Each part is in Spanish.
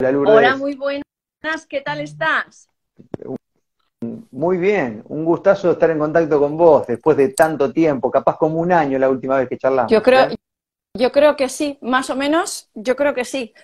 Hola, Lourdes. muy buenas, ¿qué tal estás? Muy bien, un gustazo estar en contacto con vos después de tanto tiempo, capaz como un año la última vez que Yo charlamos, creo, ¿eh? yo creo que sí, más o menos, yo creo que sí.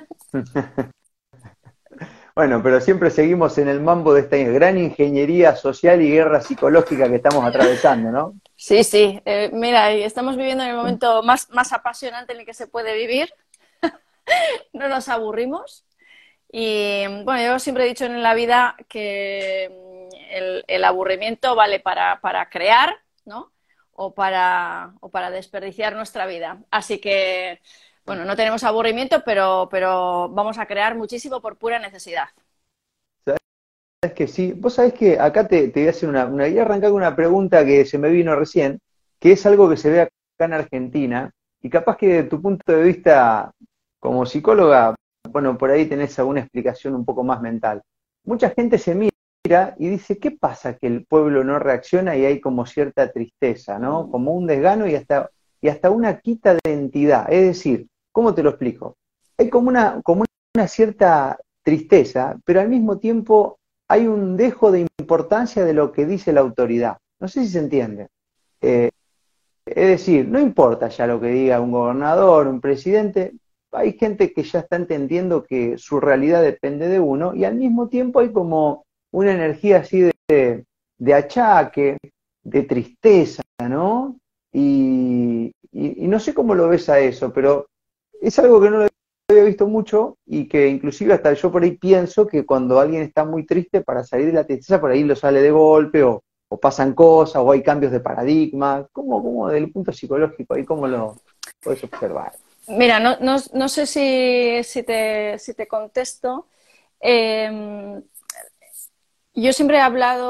Bueno, pero siempre seguimos en el mambo de esta gran ingeniería social y guerra psicológica que estamos atravesando, ¿no? Sí, sí, mira, y estamos viviendo en el momento más apasionante en el que se puede vivir, no nos aburrimos. Y bueno, yo siempre he dicho en la vida que el aburrimiento vale para crear, ¿no? O para desperdiciar nuestra vida. Así que, bueno, no tenemos aburrimiento, pero vamos a crear muchísimo por pura necesidad. Sabés que sí, vos sabés que acá te voy a hacer voy a arrancar con una pregunta que se me vino recién, que es algo que se ve acá en Argentina, y capaz que desde tu punto de vista como psicóloga, bueno, por ahí tenés alguna explicación un poco más mental. Mucha gente se mira y dice, ¿qué pasa que el pueblo no reacciona y hay como cierta tristeza, ¿no? Mm. Como un desgano y hasta una quita de entidad. Es decir, ¿cómo te lo explico? Hay como una cierta tristeza, pero al mismo tiempo hay un dejo de importancia de lo que dice la autoridad. No sé si se entiende. Eh, es decir, no importa ya lo que diga un gobernador, un presidente, hay gente que ya está entendiendo que su realidad depende de uno y al mismo tiempo hay como una energía así de achaque, de tristeza, ¿no? Y no sé cómo lo ves a eso, pero es algo que no lo había visto mucho y que inclusive hasta yo por ahí pienso que cuando alguien está muy triste para salir de la tristeza, por ahí lo sale de golpe o pasan cosas o hay cambios de paradigma. ¿Cómo desde el punto psicológico ahí cómo lo puedes observar? Mira, no sé si te contesto. Eh, yo siempre he hablado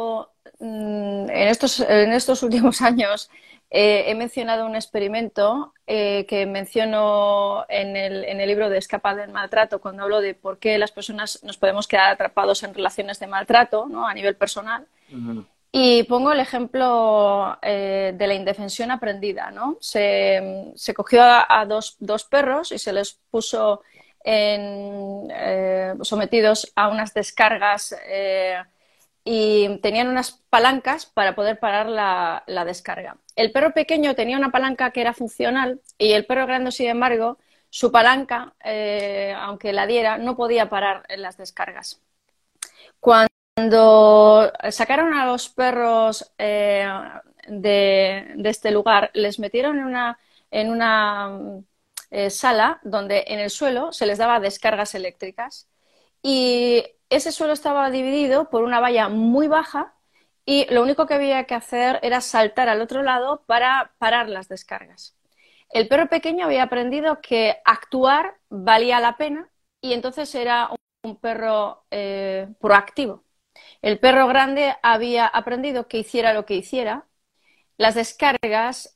en estos últimos años, he mencionado un experimento que menciono en el libro de Escapa del maltrato, cuando hablo de por qué las personas nos podemos quedar atrapados en relaciones de maltrato, ¿no? A nivel personal. Ujú. Y pongo el ejemplo de la indefensión aprendida, ¿no? Se cogió a dos perros y se les puso sometidos a unas descargas y tenían unas palancas para poder parar la descarga. El perro pequeño tenía una palanca que era funcional y el perro grande, sin embargo, su palanca, aunque la diera, no podía parar en las descargas. Cuando sacaron a los perros de este lugar, les metieron en una sala donde en el suelo se les daba descargas eléctricas y ese suelo estaba dividido por una valla muy baja y lo único que había que hacer era saltar al otro lado para parar las descargas. El perro pequeño había aprendido que actuar valía la pena y entonces era un perro proactivo. El perro grande había aprendido que hiciera lo que hiciera, las descargas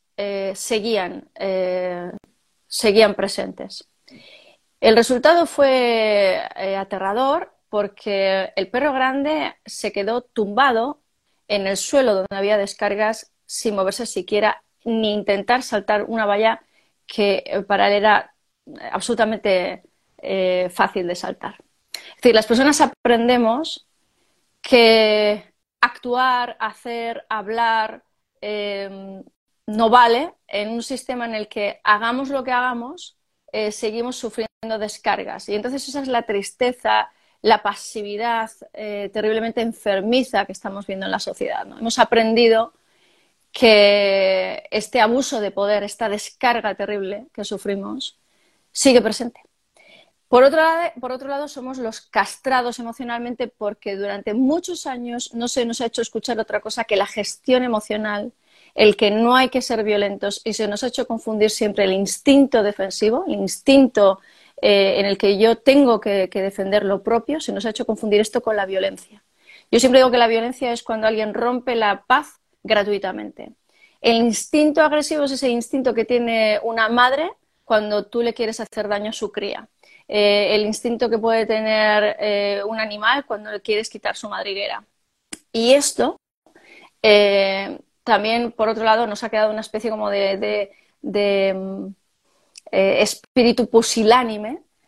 seguían presentes. El resultado fue aterrador porque el perro grande se quedó tumbado en el suelo donde había descargas sin moverse siquiera ni intentar saltar una valla que para él era absolutamente fácil de saltar. Es decir, las personas aprendemos que actuar, hacer, hablar no vale en un sistema en el que hagamos lo que hagamos, seguimos sufriendo descargas. Y entonces esa es la tristeza, la pasividad terriblemente enfermiza que estamos viendo en la sociedad, ¿no? Hemos aprendido que este abuso de poder, esta descarga terrible que sufrimos, sigue presente. Por otro lado, somos los castrados emocionalmente porque durante muchos años no se nos ha hecho escuchar otra cosa que la gestión emocional, el que no hay que ser violentos y se nos ha hecho confundir siempre el instinto defensivo, el instinto en el que yo tengo que defender lo propio, se nos ha hecho confundir esto con la violencia. Yo siempre digo que la violencia es cuando alguien rompe la paz gratuitamente. El instinto agresivo es ese instinto que tiene una madre cuando tú le quieres hacer daño a su cría. El instinto que puede tener un animal cuando le quieres quitar su madriguera. Y esto también, por otro lado, nos ha quedado una especie como de espíritu pusilánime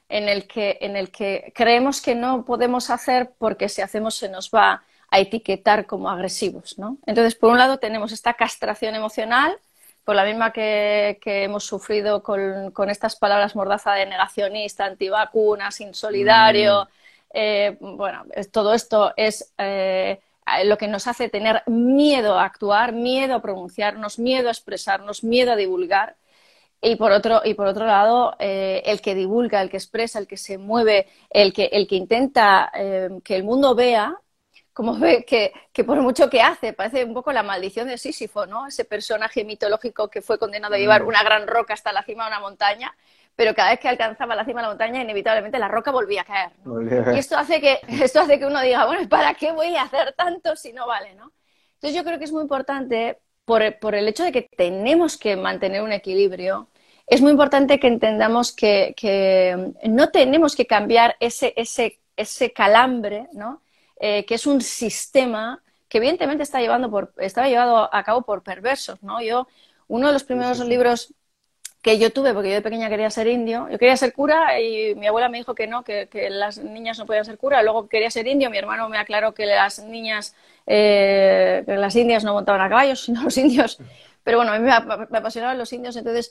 en el que creemos que no podemos hacer porque si hacemos se nos va a etiquetar como agresivos, ¿no? Entonces, por un lado tenemos esta castración emocional, por la misma que hemos sufrido con estas palabras mordaza de negacionista, antivacunas, insolidario. Bueno, todo esto es lo que nos hace tener miedo a actuar, miedo a pronunciarnos, miedo a expresarnos, miedo a divulgar. Y por otro lado, el que divulga, el que expresa, el que se mueve, el que intenta que el mundo vea, como ve que por mucho que hace, parece un poco la maldición de Sísifo, ¿no? Ese personaje mitológico que fue condenado a llevar una gran roca hasta la cima de una montaña, pero cada vez que alcanzaba la cima de la montaña, inevitablemente la roca volvía a caer, ¿no? Y esto hace que uno diga, bueno, ¿para qué voy a hacer tanto si no vale, ¿no? Entonces yo creo que es muy importante, por el hecho de que tenemos que mantener un equilibrio, es muy importante que entendamos que no tenemos que cambiar ese calambre, ¿no? Que es un sistema que evidentemente estaba llevado a cabo por perversos, ¿no? Uno de los primeros libros que yo tuve, porque yo de pequeña quería ser indio, yo quería ser cura y mi abuela me dijo que no, que las niñas no podían ser cura, luego quería ser indio, mi hermano me aclaró que las niñas, que las indias no montaban a caballos, sino los indios, pero bueno, a mí me apasionaban los indios, entonces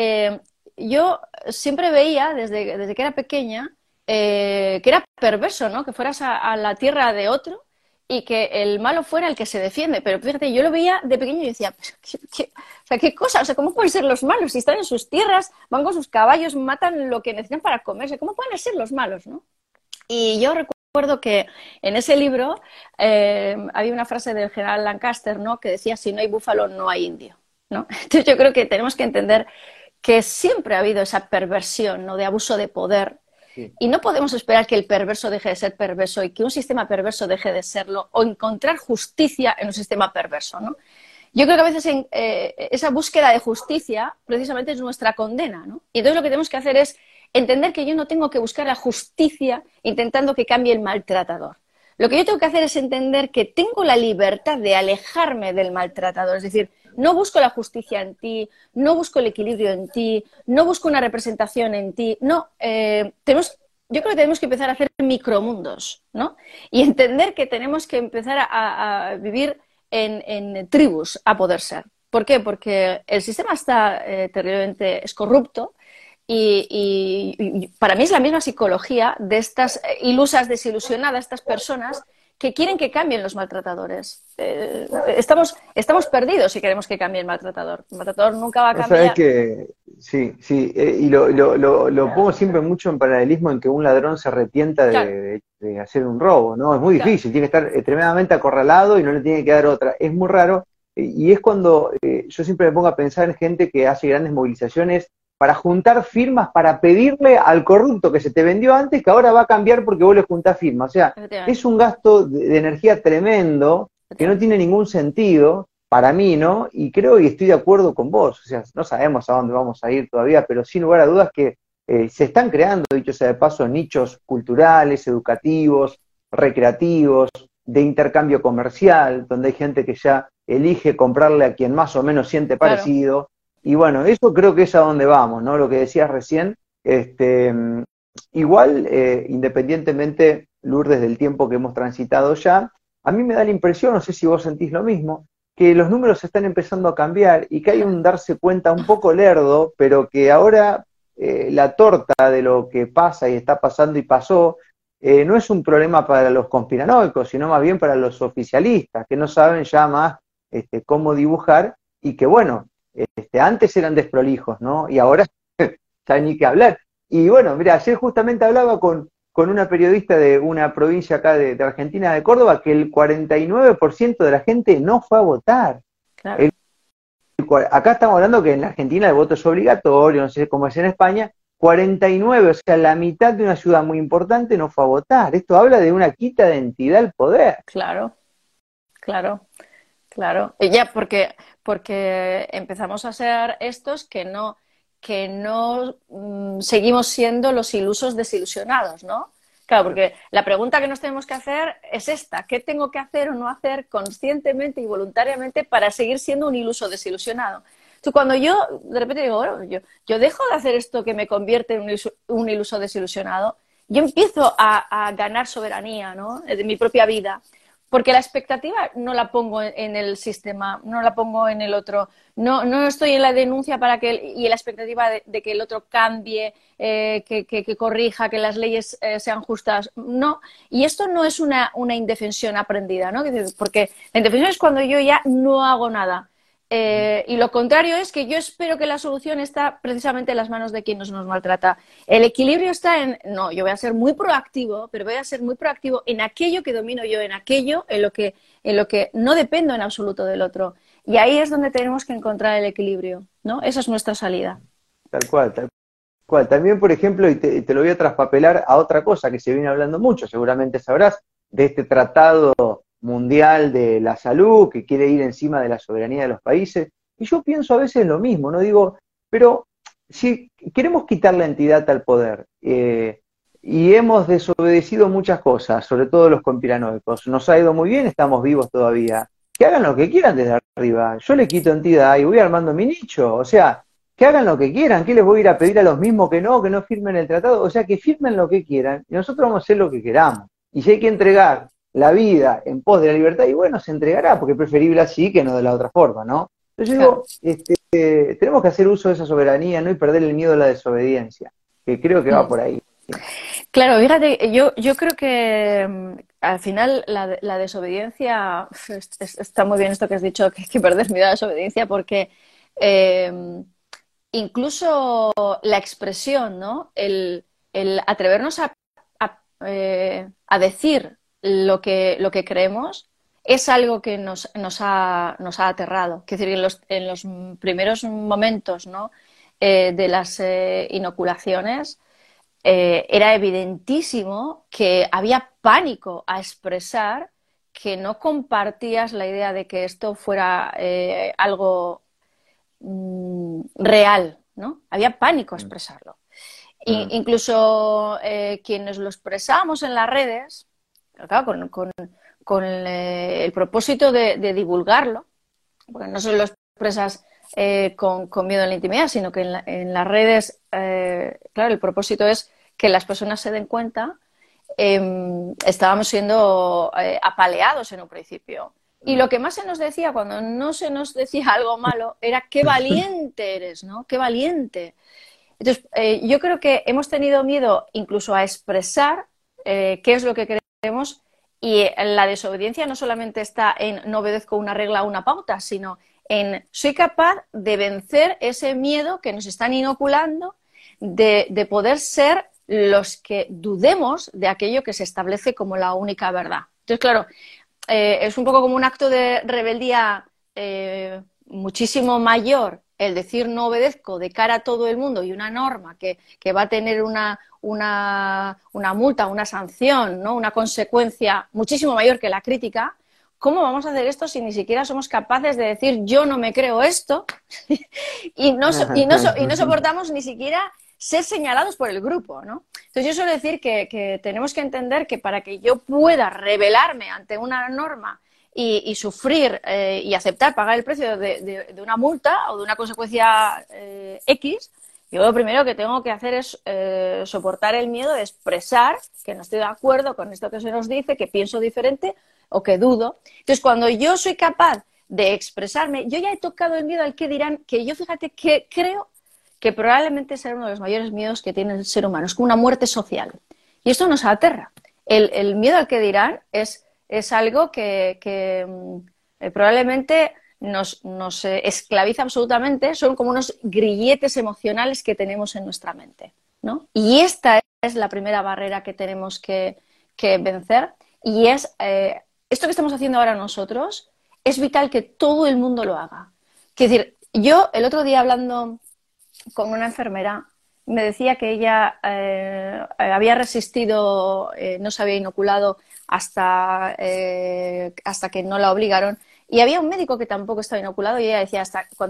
yo siempre veía, desde que era pequeña, que era perverso, ¿no? Que fueras a la tierra de otro y que el malo fuera el que se defiende. Pero fíjate, yo lo veía de pequeño y decía, o sea, ¿qué cosa? O sea, ¿cómo pueden ser los malos? Si están en sus tierras, van con sus caballos, matan lo que necesitan para comerse. ¿Cómo pueden ser los malos, no? Y yo recuerdo que en ese libro había una frase del general Lancaster, ¿no? Que decía, si no hay búfalo, no hay indio, ¿no? Entonces yo creo que tenemos que entender que siempre ha habido esa perversión, ¿no? De abuso de poder. Sí. Y no podemos esperar que el perverso deje de ser perverso y que un sistema perverso deje de serlo o encontrar justicia en un sistema perverso, ¿no? Yo creo que a veces esa búsqueda de justicia precisamente es nuestra condena, ¿no? Y entonces lo que tenemos que hacer es entender que yo no tengo que buscar la justicia intentando que cambie el maltratador. Lo que yo tengo que hacer es entender que tengo la libertad de alejarme del maltratador, es decir, no busco la justicia en ti, no busco el equilibrio en ti, no busco una representación en ti, no, yo creo que tenemos que empezar a hacer micromundos, ¿no? Y entender que tenemos que empezar a vivir en tribus a poder ser. ¿Por qué? Porque el sistema está terriblemente, es corrupto y para mí es la misma psicología de estas ilusas, desilusionadas, estas personas que quieren que cambien los maltratadores. Estamos perdidos si queremos que cambie el maltratador. El maltratador nunca va a cambiar. Sabes que sí, sí, y lo pongo siempre mucho en paralelismo en que un ladrón se arrepienta Claro. de hacer un robo, ¿no? Es muy difícil, tiene que estar extremadamente acorralado y no le tiene que dar otra. Es muy raro, y es cuando yo siempre me pongo a pensar en gente que hace grandes movilizaciones para juntar firmas para pedirle al corrupto que se te vendió antes que ahora va a cambiar porque vos le juntás firmas. O sea, es un gasto de energía tremendo que no tiene ningún sentido para mí, ¿no? Y creo y estoy de acuerdo con vos. O sea, no sabemos a dónde vamos a ir todavía, pero sin lugar a dudas que se están creando, dicho sea de paso, nichos culturales, educativos, recreativos, de intercambio comercial, donde hay gente que ya elige comprarle a quien más o menos siente parecido. Y bueno, eso creo que es a donde vamos, ¿no? Lo que decías recién, igual, independientemente, Lourdes, del tiempo que hemos transitado ya, a mí me da la impresión, no sé si vos sentís lo mismo, que los números están empezando a cambiar y que hay un darse cuenta un poco lerdo, pero que ahora la torta de lo que pasa y está pasando y pasó, no es un problema para los conspiranoicos, sino más bien para los oficialistas, que no saben ya más cómo dibujar y que, bueno, antes eran desprolijos, ¿no? Y ahora ya hay ni que hablar. Y bueno, mira, ayer justamente hablaba con una periodista de una provincia acá de Argentina, de Córdoba, que el 49% de la gente no fue a votar. Claro. Acá estamos hablando que en la Argentina el voto es obligatorio, no sé cómo es en España, 49, o sea, la mitad de una ciudad muy importante no fue a votar. Esto habla de una quita de entidad al poder. Claro, claro. Claro, y ya porque empezamos a ser estos que no seguimos siendo los ilusos desilusionados, ¿no? Claro, porque la pregunta que nos tenemos que hacer es esta: ¿qué tengo que hacer o no hacer conscientemente y voluntariamente para seguir siendo un iluso desilusionado? Entonces, cuando yo de repente digo, bueno, yo dejo de hacer esto que me convierte en un iluso desilusionado, yo empiezo a ganar soberanía, ¿no? De mi propia vida. Porque la expectativa no la pongo en el sistema, no la pongo en el otro. No estoy en la denuncia para y en la expectativa de que el otro cambie, que corrija, que las leyes sean justas. No. Y esto no es una indefensión aprendida, ¿no? Porque la indefensión es cuando yo ya no hago nada. Y lo contrario es que yo espero que la solución está precisamente en las manos de quien nos maltrata. El equilibrio está no, yo voy a ser muy proactivo, pero voy a ser muy proactivo en aquello que domino yo, en aquello en lo que no dependo en absoluto del otro. Y ahí es donde tenemos que encontrar el equilibrio, ¿no? Esa es nuestra salida. Tal cual, tal cual. También, por ejemplo, y te lo voy a traspapelar a otra cosa que se viene hablando mucho, seguramente sabrás, de este tratado mundial de la salud que quiere ir encima de la soberanía de los países. Y yo pienso a veces lo mismo, ¿no? Digo, pero si queremos quitar la entidad al poder y hemos desobedecido muchas cosas, sobre todo los conspiranoicos, nos ha ido muy bien, estamos vivos todavía, que hagan lo que quieran desde arriba. Yo le quito entidad y voy armando mi nicho, o sea, que hagan lo que quieran, ¿qué les voy a ir a pedir a los mismos que no firmen el tratado? O sea, que firmen lo que quieran y nosotros vamos a hacer lo que queramos. Y si hay que entregar la vida en pos de la libertad, y bueno, se entregará, porque es preferible así que no de la otra forma, ¿no? Entonces yo digo, tenemos que hacer uso de esa soberanía, ¿no? Y perder el miedo a la desobediencia, que creo que va por ahí. Claro, fíjate, yo creo que al final la desobediencia, está muy bien esto que has dicho, que hay que perder miedo a la desobediencia, porque incluso la expresión, ¿no? El atrevernos a decir lo que creemos es algo que nos ha aterrado. Es decir, en los primeros momentos, ¿no? De las inoculaciones, era evidentísimo que había pánico a expresar que no compartías la idea de que esto fuera algo real, ¿no? Había pánico a expresarlo. Incluso quienes lo expresamos en las redes, claro, con el propósito de divulgarlo, porque no solo lo expresas con miedo en la intimidad, sino que en las redes, claro, el propósito es que las personas se den cuenta. Estábamos siendo apaleados en un principio. Y lo que más se nos decía cuando no se nos decía algo malo era qué valiente eres, ¿no? Qué valiente. Entonces, yo creo que hemos tenido miedo incluso a expresar qué es lo que queremos, y la desobediencia no solamente está en no obedezco una regla o una pauta, sino en soy capaz de vencer ese miedo que nos están inoculando de poder ser los que dudemos de aquello que se establece como la única verdad. Entonces, claro, es un poco como un acto de rebeldía muchísimo mayor el decir no obedezco de cara a todo el mundo y una norma que va a tener una multa, una sanción, ¿no? Una consecuencia muchísimo mayor que la crítica. ¿Cómo vamos a hacer esto si ni siquiera somos capaces de decir yo no me creo esto y no soportamos ni siquiera ser señalados por el grupo, ¿no? Entonces yo suelo decir que tenemos que entender que para que yo pueda rebelarme ante una norma y sufrir y aceptar pagar el precio de una multa o de una consecuencia X, yo lo primero que tengo que hacer es soportar el miedo de expresar que no estoy de acuerdo con esto que se nos dice, que pienso diferente o que dudo. Entonces, cuando yo soy capaz de expresarme, yo ya he tocado el miedo al que dirán, que yo fíjate que creo que probablemente será uno de los mayores miedos que tiene el ser humano, es como una muerte social. Y esto nos aterra. El miedo al que dirán es algo que probablemente nos esclaviza absolutamente, son como unos grilletes emocionales que tenemos en nuestra mente, ¿no? Y esta es la primera barrera que tenemos que vencer, y es esto que estamos haciendo ahora nosotros, es vital que todo el mundo lo haga. Es decir, yo el otro día hablando con una enfermera me decía que ella había resistido, no se había inoculado hasta que no la obligaron, y había un médico que tampoco estaba inoculado y ella decía,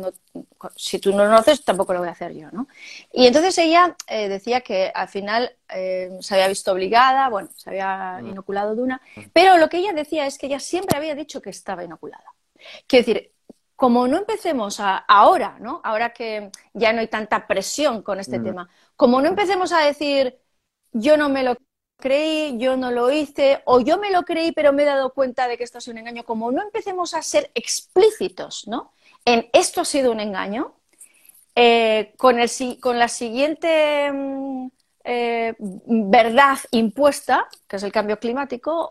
si tú no lo haces, tampoco lo voy a hacer yo, ¿no? Y entonces ella decía que al final se había visto obligada, bueno, se había inoculado de una, pero lo que ella decía es que ella siempre había dicho que estaba inoculada. Quiero decir, como no empecemos ahora, ¿no? Ahora que ya no hay tanta presión con este tema, como no empecemos a decir, yo no me lo creí, yo no lo hice, o yo me lo creí pero me he dado cuenta de que esto ha sido un engaño, como no empecemos a ser explícitos, ¿no? En esto ha sido un engaño, con la siguiente verdad impuesta, que es el cambio climático,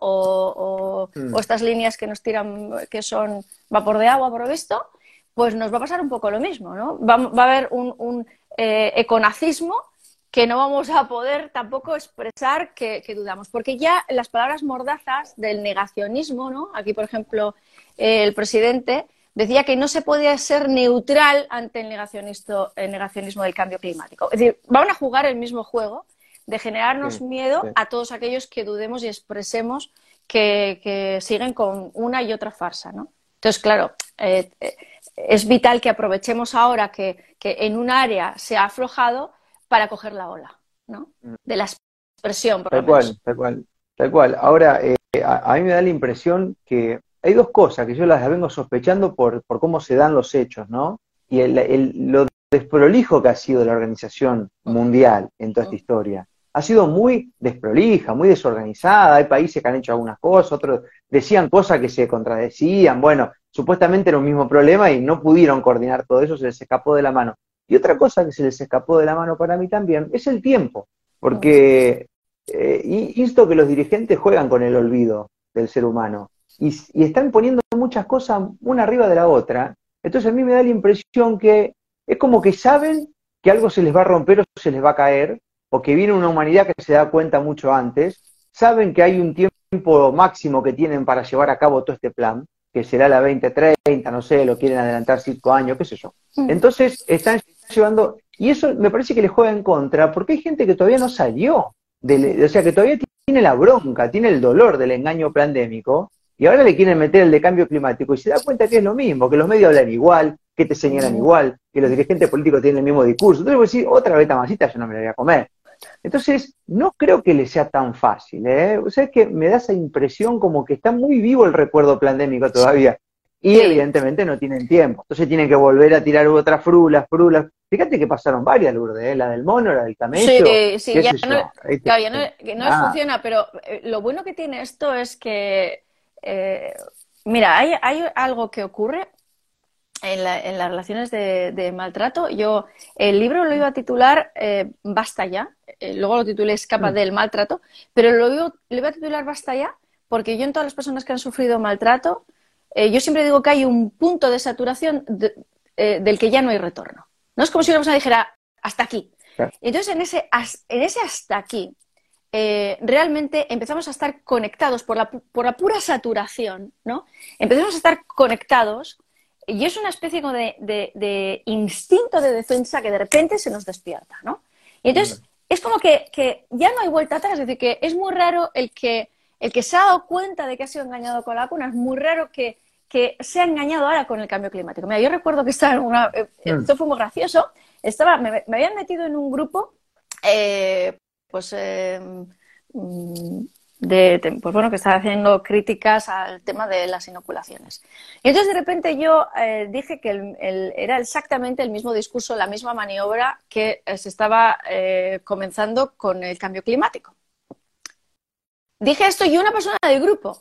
o estas líneas que nos tiran, que son vapor de agua, por lo visto, pues nos va a pasar un poco lo mismo, ¿no? Va a haber un econazismo que no vamos a poder tampoco expresar que dudamos, porque ya las palabras mordazas del negacionismo, ¿no? Aquí, por ejemplo, el presidente decía que no se podía ser neutral ante el negacionismo del cambio climático. Es decir, van a jugar el mismo juego de generarnos miedo a todos aquellos que dudemos y expresemos que siguen con una y otra farsa, ¿no? Entonces, claro, es vital que aprovechemos ahora que en un área se ha aflojado para coger la ola, ¿no? De la expresión, por lo menos. Tal cual, tal cual. Ahora, a mí me da la impresión que hay dos cosas que yo las vengo sospechando por cómo se dan los hechos, ¿no? Y lo desprolijo que ha sido la organización mundial en toda esta historia. Ha sido muy desprolija, muy desorganizada. Hay países que han hecho algunas cosas, otros decían cosas que se contradecían. Bueno, supuestamente era un mismo problema y no pudieron coordinar todo eso, se les escapó de la mano. Y otra cosa que se les escapó de la mano para mí también es el tiempo, porque insto que los dirigentes juegan con el olvido del ser humano y están poniendo muchas cosas una arriba de la otra. Entonces a mí me da la impresión que es como que saben que algo se les va a romper o se les va a caer, o que viene una humanidad que se da cuenta mucho antes, saben que hay un tiempo máximo que tienen para llevar a cabo todo este plan, que será la 2030, no sé, lo quieren adelantar 5 años, qué sé yo. Entonces están llevando, y eso me parece que les juega en contra, porque hay gente que todavía no salió, o sea, que todavía tiene la bronca, tiene el dolor del engaño pandémico, y ahora le quieren meter el de cambio climático, y se da cuenta que es lo mismo, que los medios hablan igual, que te señalan igual, que los dirigentes políticos tienen el mismo discurso. Entonces voy a decir, otra beta masita yo no me la voy a comer. Entonces, no creo que le sea tan fácil, ¿eh? O sea, es que me da esa impresión como que está muy vivo el recuerdo pandémico todavía. Y evidentemente no tienen tiempo. Entonces tienen que volver a tirar otras frulas. Fíjate que pasaron varias, Lourdes, ¿eh? La del mono, la del camello. Sí, ya no, claro, ya no les funciona, pero lo bueno que tiene esto es que, mira, hay algo que ocurre en las relaciones de maltrato. Yo el libro lo iba a titular Basta ya, luego lo titulé Escapa del maltrato, pero lo iba a titular Basta ya porque yo en todas las personas que han sufrido maltrato, yo siempre digo que hay un punto de saturación del que ya no hay retorno. No es como si una persona dijera hasta aquí. Entonces en ese hasta aquí realmente empezamos a estar conectados por la pura saturación, ¿no? Empezamos a estar conectados. Y es una especie como de instinto de defensa que de repente se nos despierta, ¿no? Y entonces es como que ya no hay vuelta atrás, es decir, que es muy raro el que se ha dado cuenta de que ha sido engañado con la vacuna, es muy raro que se ha engañado ahora con el cambio climático. Mira, yo recuerdo que estaba en una... esto fue muy gracioso, me habían metido en un grupo, pues bueno, que estaba haciendo críticas al tema de las inoculaciones. Y entonces de repente yo dije que era exactamente el mismo discurso, la misma maniobra que se estaba comenzando con el cambio climático. Dije esto y una persona del grupo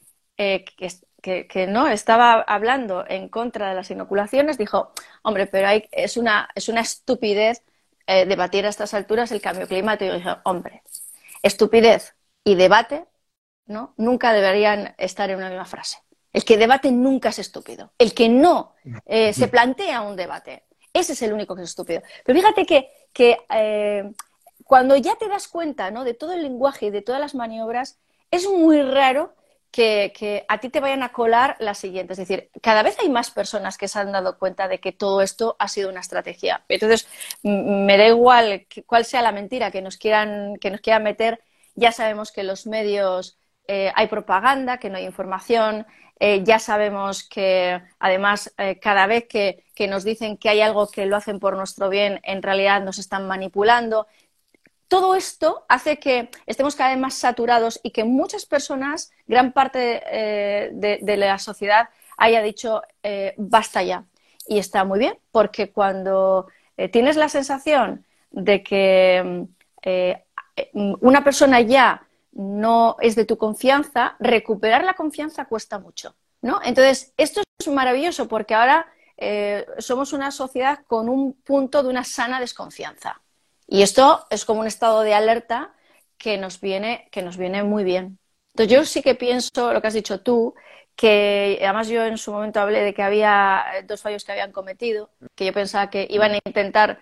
que no estaba hablando en contra de las inoculaciones dijo, hombre, pero es una estupidez debatir a estas alturas el cambio climático. Y dije, hombre, estupidez y debate, ¿no? Nunca deberían estar en una misma frase. El que debate nunca es estúpido. El que no se plantea un debate, ese es el único que es estúpido. Pero fíjate que cuando ya te das cuenta, ¿no?, de todo el lenguaje y de todas las maniobras, es muy raro que a ti te vayan a colar la siguiente. Es decir, cada vez hay más personas que se han dado cuenta de que todo esto ha sido una estrategia. Entonces, me da igual cuál sea la mentira que nos quieran meter. Ya sabemos que en los medios hay propaganda, que no hay información. Ya sabemos que, además, cada vez que nos dicen que hay algo que lo hacen por nuestro bien, en realidad nos están manipulando. Todo esto hace que estemos cada vez más saturados y que muchas personas, gran parte de la sociedad, haya dicho basta ya. Y está muy bien, porque cuando tienes la sensación de que una persona ya no es de tu confianza, recuperar la confianza cuesta mucho, ¿no? Entonces, esto es maravilloso porque ahora somos una sociedad con un punto de una sana desconfianza. Y esto es como un estado de alerta que nos viene muy bien. Entonces, yo sí que pienso, lo que has dicho tú, que además yo en su momento hablé de que había dos fallos que habían cometido, que yo pensaba que iban a intentar,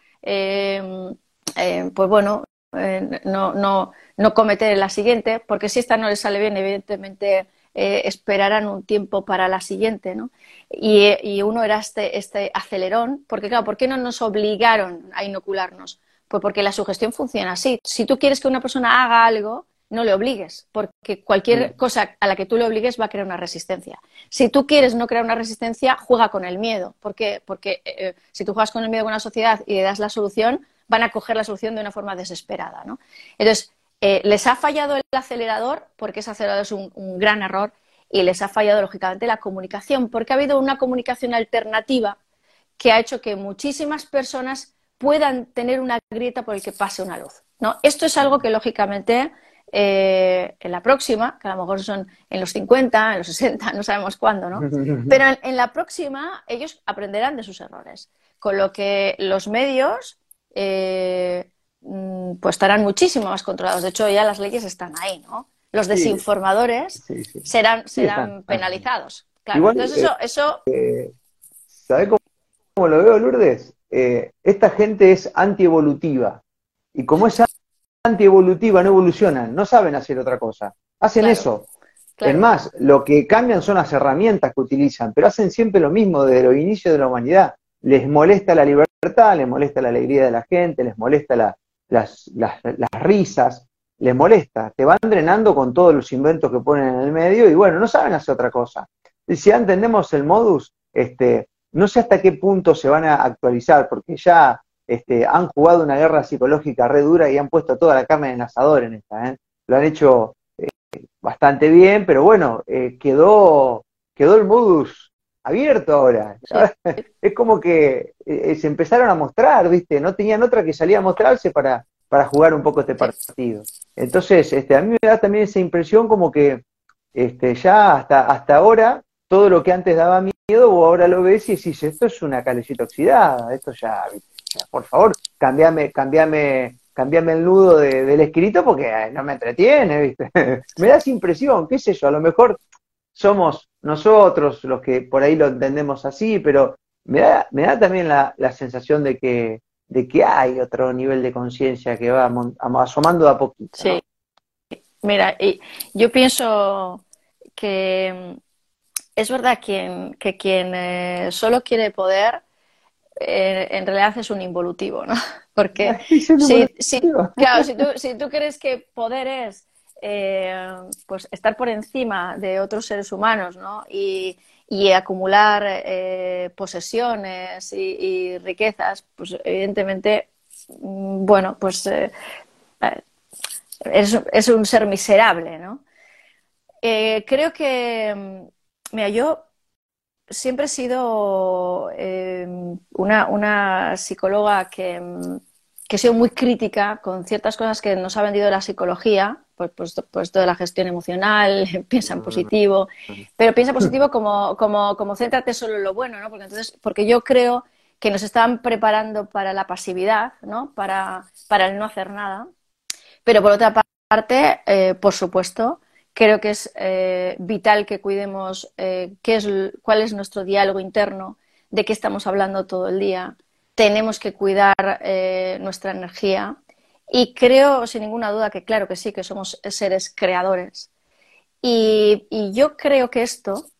pues bueno, no cometer la siguiente, porque si esta no les sale bien, evidentemente esperarán un tiempo para la siguiente, ¿no? Y uno era este acelerón, porque claro, ¿por qué no nos obligaron a inocularnos? Pues porque la sugestión funciona así. Si tú quieres que una persona haga algo, no le obligues, porque cualquier cosa a la que tú le obligues va a crear una resistencia. Si tú quieres no crear una resistencia, juega con el miedo. ¿Por qué? Porque si tú juegas con el miedo con una sociedad y le das la solución, van a coger la solución de una forma desesperada, ¿no? Entonces, les ha fallado el acelerador, porque ese acelerador es un gran error, y les ha fallado, lógicamente, la comunicación, porque ha habido una comunicación alternativa que ha hecho que muchísimas personas puedan tener una grieta por el que pase una luz, ¿no? Esto es algo que, lógicamente, en la próxima, que a lo mejor son en los 50, en los 60, no sabemos cuándo, ¿no? Pero en la próxima ellos aprenderán de sus errores, con lo que los medios pues estarán muchísimo más controlados. De hecho, ya las leyes están ahí, ¿no? Los Sí, desinformadores sí, sí. Sí, serán están. penalizados. Claro, Igual, entonces eso ¿sabés cómo lo veo, Lourdes? Esta gente es antievolutiva. Y como es antievolutiva, no evolucionan, no saben hacer otra cosa. Hacen claro, eso. Es claro, más, lo que cambian son las herramientas que utilizan, pero hacen siempre lo mismo desde los inicios de la humanidad. Les molesta la libertad, les molesta la alegría de la gente, les molesta las risas, les molesta. Te van drenando con todos los inventos que ponen en el medio y bueno, no saben hacer otra cosa. Y si ya entendemos el modus, no sé hasta qué punto se van a actualizar, porque ya han jugado una guerra psicológica re dura y han puesto toda la carne en el asador en esta, ¿eh? Lo han hecho bastante bien, pero bueno, quedó el modus abierto ahora. sí, Es como que se empezaron a mostrar, ¿viste? No tenían otra que salir a mostrarse para jugar un poco este sí. partido. Entonces, a mí me da también esa impresión como que ya hasta ahora, todo lo que antes daba miedo, vos ahora lo ves y decís, esto es una calecita oxidada, esto ya, ¿viste? Ya, por favor, cambiame el nudo del escrito porque no me entretiene, ¿viste? Me da esa impresión, qué sé yo, a lo mejor somos nosotros los que por ahí lo entendemos así, pero me da también la sensación de que hay otro nivel de conciencia que va asomando de a poquito, Sí. ¿no? Mira, y yo pienso que es verdad que quien solo quiere poder, en realidad es un involutivo, ¿no? Porque Es un evolutivo. claro, si tú crees que poder es pues estar por encima de otros seres humanos, ¿no? Y acumular posesiones y riquezas, pues evidentemente, bueno, pues es un ser miserable, ¿no? Creo que, mira, yo siempre he sido una psicóloga que he sido muy crítica con ciertas cosas que nos ha vendido la psicología, pues toda la gestión emocional, piensa en positivo, pero piensa positivo como céntrate solo en lo bueno, ¿no? Porque yo creo que nos están preparando para la pasividad, ¿no? Para el no hacer nada. Pero por otra parte, por supuesto, creo que es vital que cuidemos cuál es nuestro diálogo interno, de qué estamos hablando todo el día. Tenemos que cuidar nuestra energía y creo, sin ninguna duda, que claro que sí, que somos seres creadores. Y yo creo que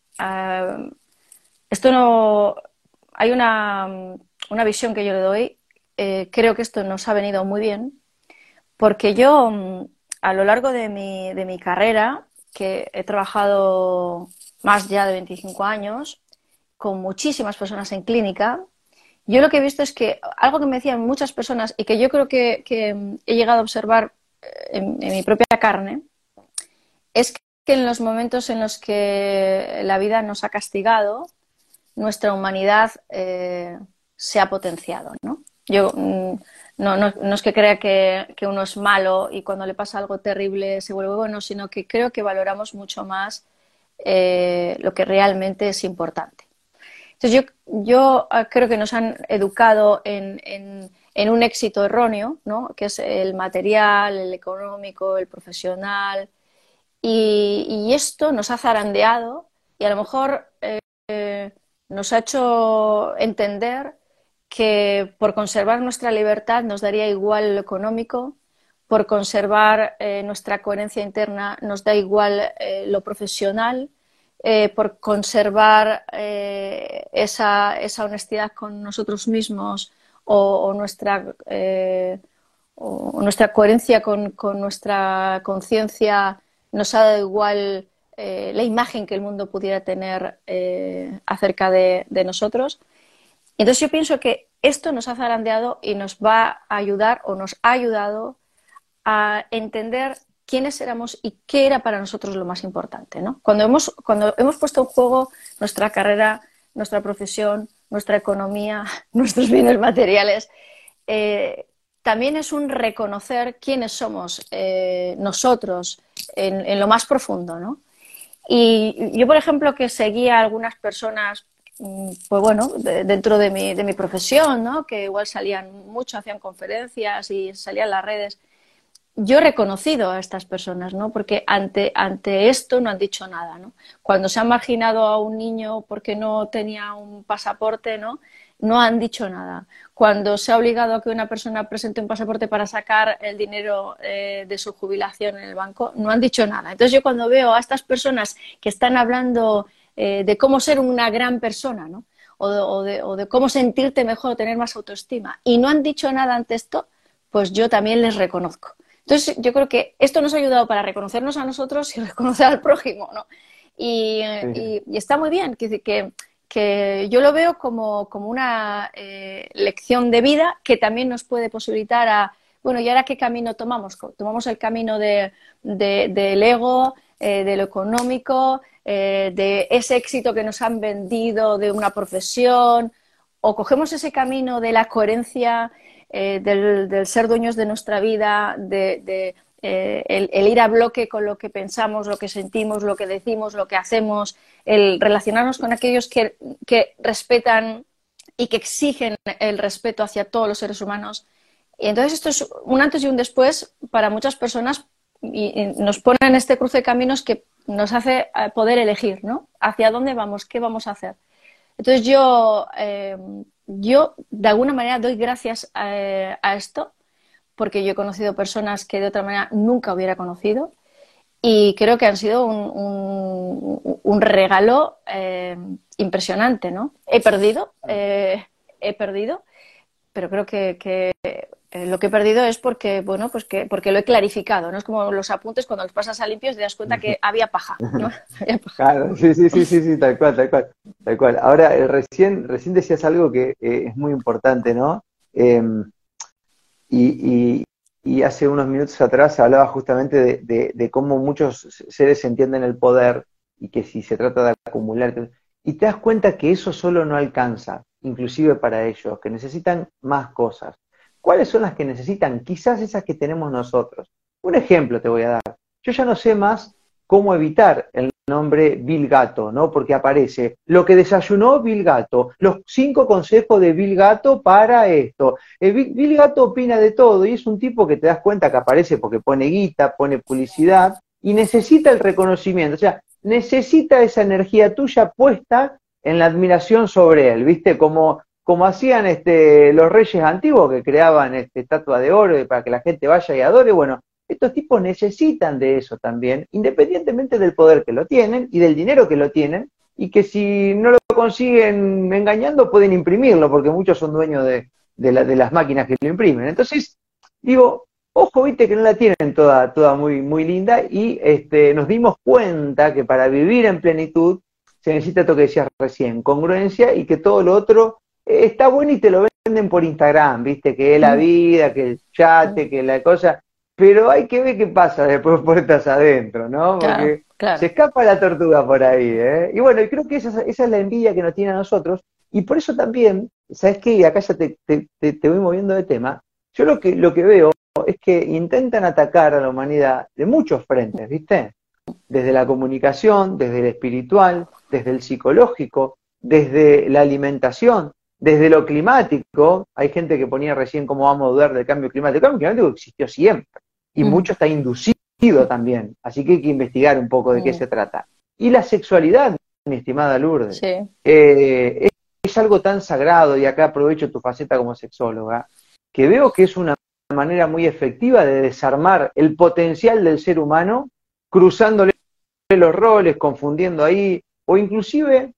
esto no, hay una visión que yo le doy, creo que esto nos ha venido muy bien porque yo, a lo largo de mi carrera, que he trabajado más ya de 25 años, con muchísimas personas en clínica, yo lo que he visto es que algo que me decían muchas personas y que yo creo que he llegado a observar en mi propia carne, es que en los momentos en los que la vida nos ha castigado, nuestra humanidad se ha potenciado, ¿no? Yo no es que crea que uno es malo y cuando le pasa algo terrible se vuelve bueno, sino que creo que valoramos mucho más lo que realmente es importante. Entonces yo creo que nos han educado en un éxito erróneo, ¿no? Que es el material, el económico, el profesional, y esto nos ha zarandeado y a lo mejor nos ha hecho entender que por conservar nuestra libertad nos daría igual lo económico, por conservar nuestra coherencia interna nos da igual lo profesional, por conservar esa honestidad con nosotros mismos o nuestra coherencia con nuestra conciencia nos ha dado igual la imagen que el mundo pudiera tener acerca de nosotros. Entonces yo pienso que esto nos ha zarandeado y nos va a ayudar o nos ha ayudado a entender quiénes éramos y qué era para nosotros lo más importante, ¿no? Cuando hemos puesto en juego nuestra carrera, nuestra profesión, nuestra economía, nuestros bienes materiales, también es un reconocer quiénes somos nosotros en lo más profundo, ¿no? Y yo, por ejemplo, que seguía a algunas personas, pues bueno, dentro de mi profesión, ¿no? Que igual salían mucho, hacían conferencias y salían en las redes. Yo he reconocido a estas personas, ¿no? Porque ante esto no han dicho nada, ¿no? Cuando se ha marginado a un niño porque no tenía un pasaporte, ¿no? No han dicho nada. Cuando se ha obligado a que una persona presente un pasaporte para sacar el dinero de su jubilación en el banco, no han dicho nada. Entonces yo cuando veo a estas personas que están hablando de cómo ser una gran persona, ¿no? O de cómo sentirte mejor, tener más autoestima, y no han dicho nada ante esto, pues yo también les reconozco. Entonces yo creo que esto nos ha ayudado para reconocernos a nosotros y reconocer al prójimo, ¿no? Y está muy bien, que yo lo veo como una lección de vida que también nos puede posibilitar a, bueno, ¿y ahora qué camino tomamos? ¿Tomamos el camino del ego, de lo económico, de ese éxito que nos han vendido de una profesión? ¿O cogemos ese camino de la coherencia, del ser dueños de nuestra vida, el ir a bloque con lo que pensamos, lo que sentimos, lo que decimos, lo que hacemos, el relacionarnos con aquellos que respetan y que exigen el respeto hacia todos los seres humanos? Y entonces esto es un antes y un después para muchas personas y nos pone en este cruce de caminos que nos hace poder elegir, ¿no? Hacia dónde vamos, qué vamos a hacer. Entonces yo de alguna manera doy gracias a esto, porque yo he conocido personas que de otra manera nunca hubiera conocido y creo que han sido un regalo impresionante, ¿no? He perdido, pero creo que lo que he perdido es porque, bueno, pues porque lo he clarificado, ¿no? Es como los apuntes cuando los pasas a limpios y te das cuenta que había paja, ¿no? Había paja. Claro, sí, tal cual, tal cual, tal cual. Ahora, recién decías algo que es muy importante, ¿no? Y hace unos minutos atrás hablaba justamente de cómo muchos seres entienden el poder y que si se trata de acumular, y te das cuenta que eso solo no alcanza, inclusive para ellos, que necesitan más cosas. ¿Cuáles son las que necesitan? Quizás esas que tenemos nosotros. Un ejemplo te voy a dar. Yo ya no sé más cómo evitar el nombre Bill Gato, ¿no? Porque aparece lo que desayunó Bill Gato, los 5 consejos de Bill Gato para esto. Bill Gato opina de todo y es un tipo que te das cuenta que aparece porque pone guita, pone publicidad y necesita el reconocimiento. O sea, necesita esa energía tuya puesta en la admiración sobre él, ¿viste? Como hacían los reyes antiguos que creaban estatua de oro para que la gente vaya y adore. Bueno, estos tipos necesitan de eso también, independientemente del poder que lo tienen y del dinero que lo tienen, y que si no lo consiguen engañando pueden imprimirlo, porque muchos son dueños de las máquinas que lo imprimen. Entonces, digo, ojo, viste que no la tienen toda muy, muy linda, y nos dimos cuenta que para vivir en plenitud se necesita esto que decías recién, congruencia, y que todo lo otro está bueno y te lo venden por Instagram, viste, que es la vida, que el chate, que la cosa, pero hay que ver qué pasa después puertas adentro, ¿no? Porque Se claro. escapa la tortuga por ahí, ¿eh? Y bueno, y creo que esa es la envidia que nos tiene a nosotros. Y por eso también, ¿sabes qué? Y acá ya te voy moviendo de tema. Yo lo que veo es que intentan atacar a la humanidad de muchos frentes, ¿viste? Desde la comunicación, desde el espiritual, desde el psicológico, desde la alimentación, desde lo climático. Hay gente que ponía recién cómo vamos a dudar del cambio climático. El cambio climático existió siempre y Ujú, mucho está inducido también, así que hay que investigar un poco de qué ujú. se trata. Y la sexualidad, mi estimada Lourdes, Sí, es algo tan sagrado, y acá aprovecho tu faceta como sexóloga, que veo que es una manera muy efectiva de desarmar el potencial del ser humano, cruzándole los roles, confundiendo ahí, o inclusive